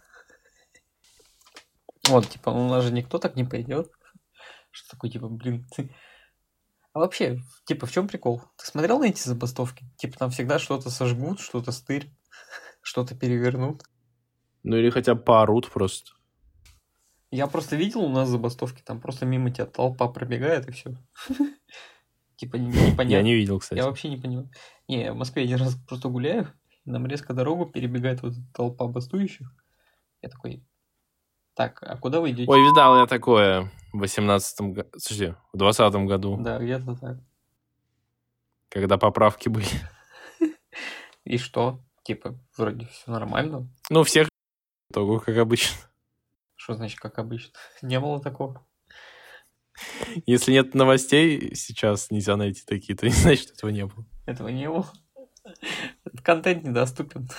Вот, типа, у нас же никто так не пойдет. Что такое, типа, блин, ты... А вообще, типа, в чем прикол? Ты смотрел на эти забастовки? Типа, там всегда что-то сожгут, что-то стырят, что-то перевернут. Ну, или хотя бы поорут просто. Я просто видел у нас забастовки, там просто мимо тебя толпа пробегает, и все. Типа, непонятно. Я не видел, кстати. Я вообще не понимаю. Не, я в Москве один раз просто гуляю, нам резко дорогу перебегает вот эта толпа бастующих. Я такой, так, а куда вы идете? Ой, видал я такое в 18-м году. Слушай, в 20-м году. Да, где-то так. Когда поправки были. И что? Типа, вроде все нормально. Ну, всех только как обычно. Что значит, как обычно? Не было такого. Если нет новостей, сейчас нельзя найти такие, то не значит, что этого не было. Этого не было. Этот контент недоступен.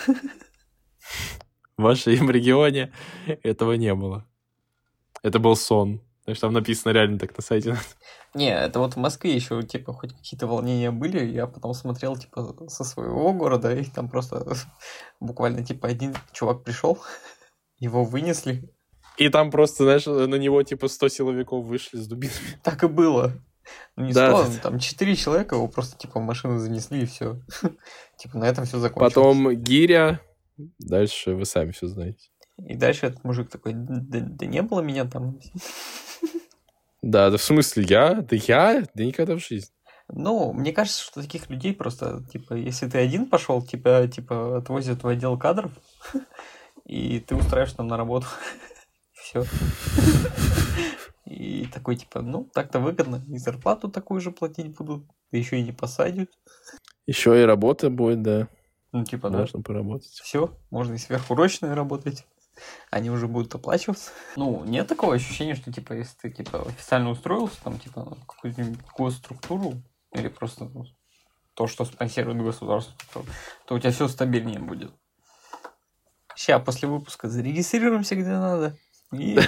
В вашем регионе этого не было. Это был сон. Значит, там написано реально так на сайте. Не, это вот в Москве еще, типа, хоть какие-то волнения были, я потом смотрел, типа, со своего города, и там просто буквально, типа, один чувак пришел, его вынесли. И там просто, знаешь, на него, типа, 100 силовиков вышли с дубинами. Так и было. Ну, не 100, Да. там 4 человека его просто, типа, в машину занесли, и все. Типа, на этом все закончилось. Потом гиря. Дальше вы сами все знаете. И дальше этот мужик такой, да не было меня там. Да, в смысле, я? Да я? Да никогда в жизни. Ну, мне кажется, что таких людей просто, типа, если ты один пошел, тебя, типа, отвозят в отдел кадров, и ты устраиваешь там на работу. Все. И такой, типа, ну, так-то выгодно. И зарплату такую же платить будут. Да еще и не посадят. Еще и работа будет, да. Ну, типа, да. Можно поработать. Все, можно и сверхурочные работать. Они уже будут оплачиваться. Ну, нет такого ощущения, что, типа, если ты, типа, официально устроился, там, типа, в какую-нибудь госструктуру, или просто ну, то, что спонсирует государство, то у тебя все стабильнее будет. Сейчас, после выпуска, зарегистрируемся где надо. И...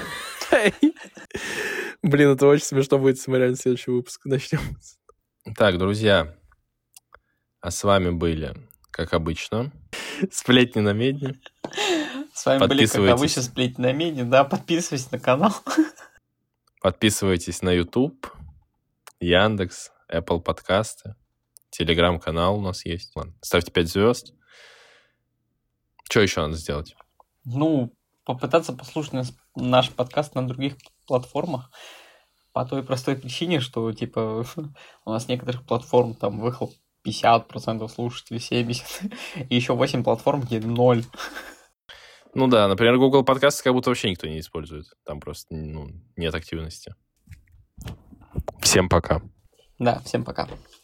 Блин, это очень смешно будет, если мы реально следующий выпуск начнем. Так, друзья, а с вами были, как обычно, Сплетни на Медне. С вами были, как обычно, Сплетни на Медне. Да, подписывайтесь на канал. Подписывайтесь на YouTube, Яндекс, Apple подкасты, Телеграм-канал у нас есть. Ладно, ставьте 5 звезд. Что еще надо сделать? Ну, попытаться послушать наш подкаст на других платформах. По той простой причине, что, типа, у нас некоторых платформ там выхлоп 50% слушателей, 70%, и еще 8 платформ, где 0. Ну да, например, Google подкасты как будто вообще никто не использует. Там просто нет активности. Всем пока. Да, всем пока.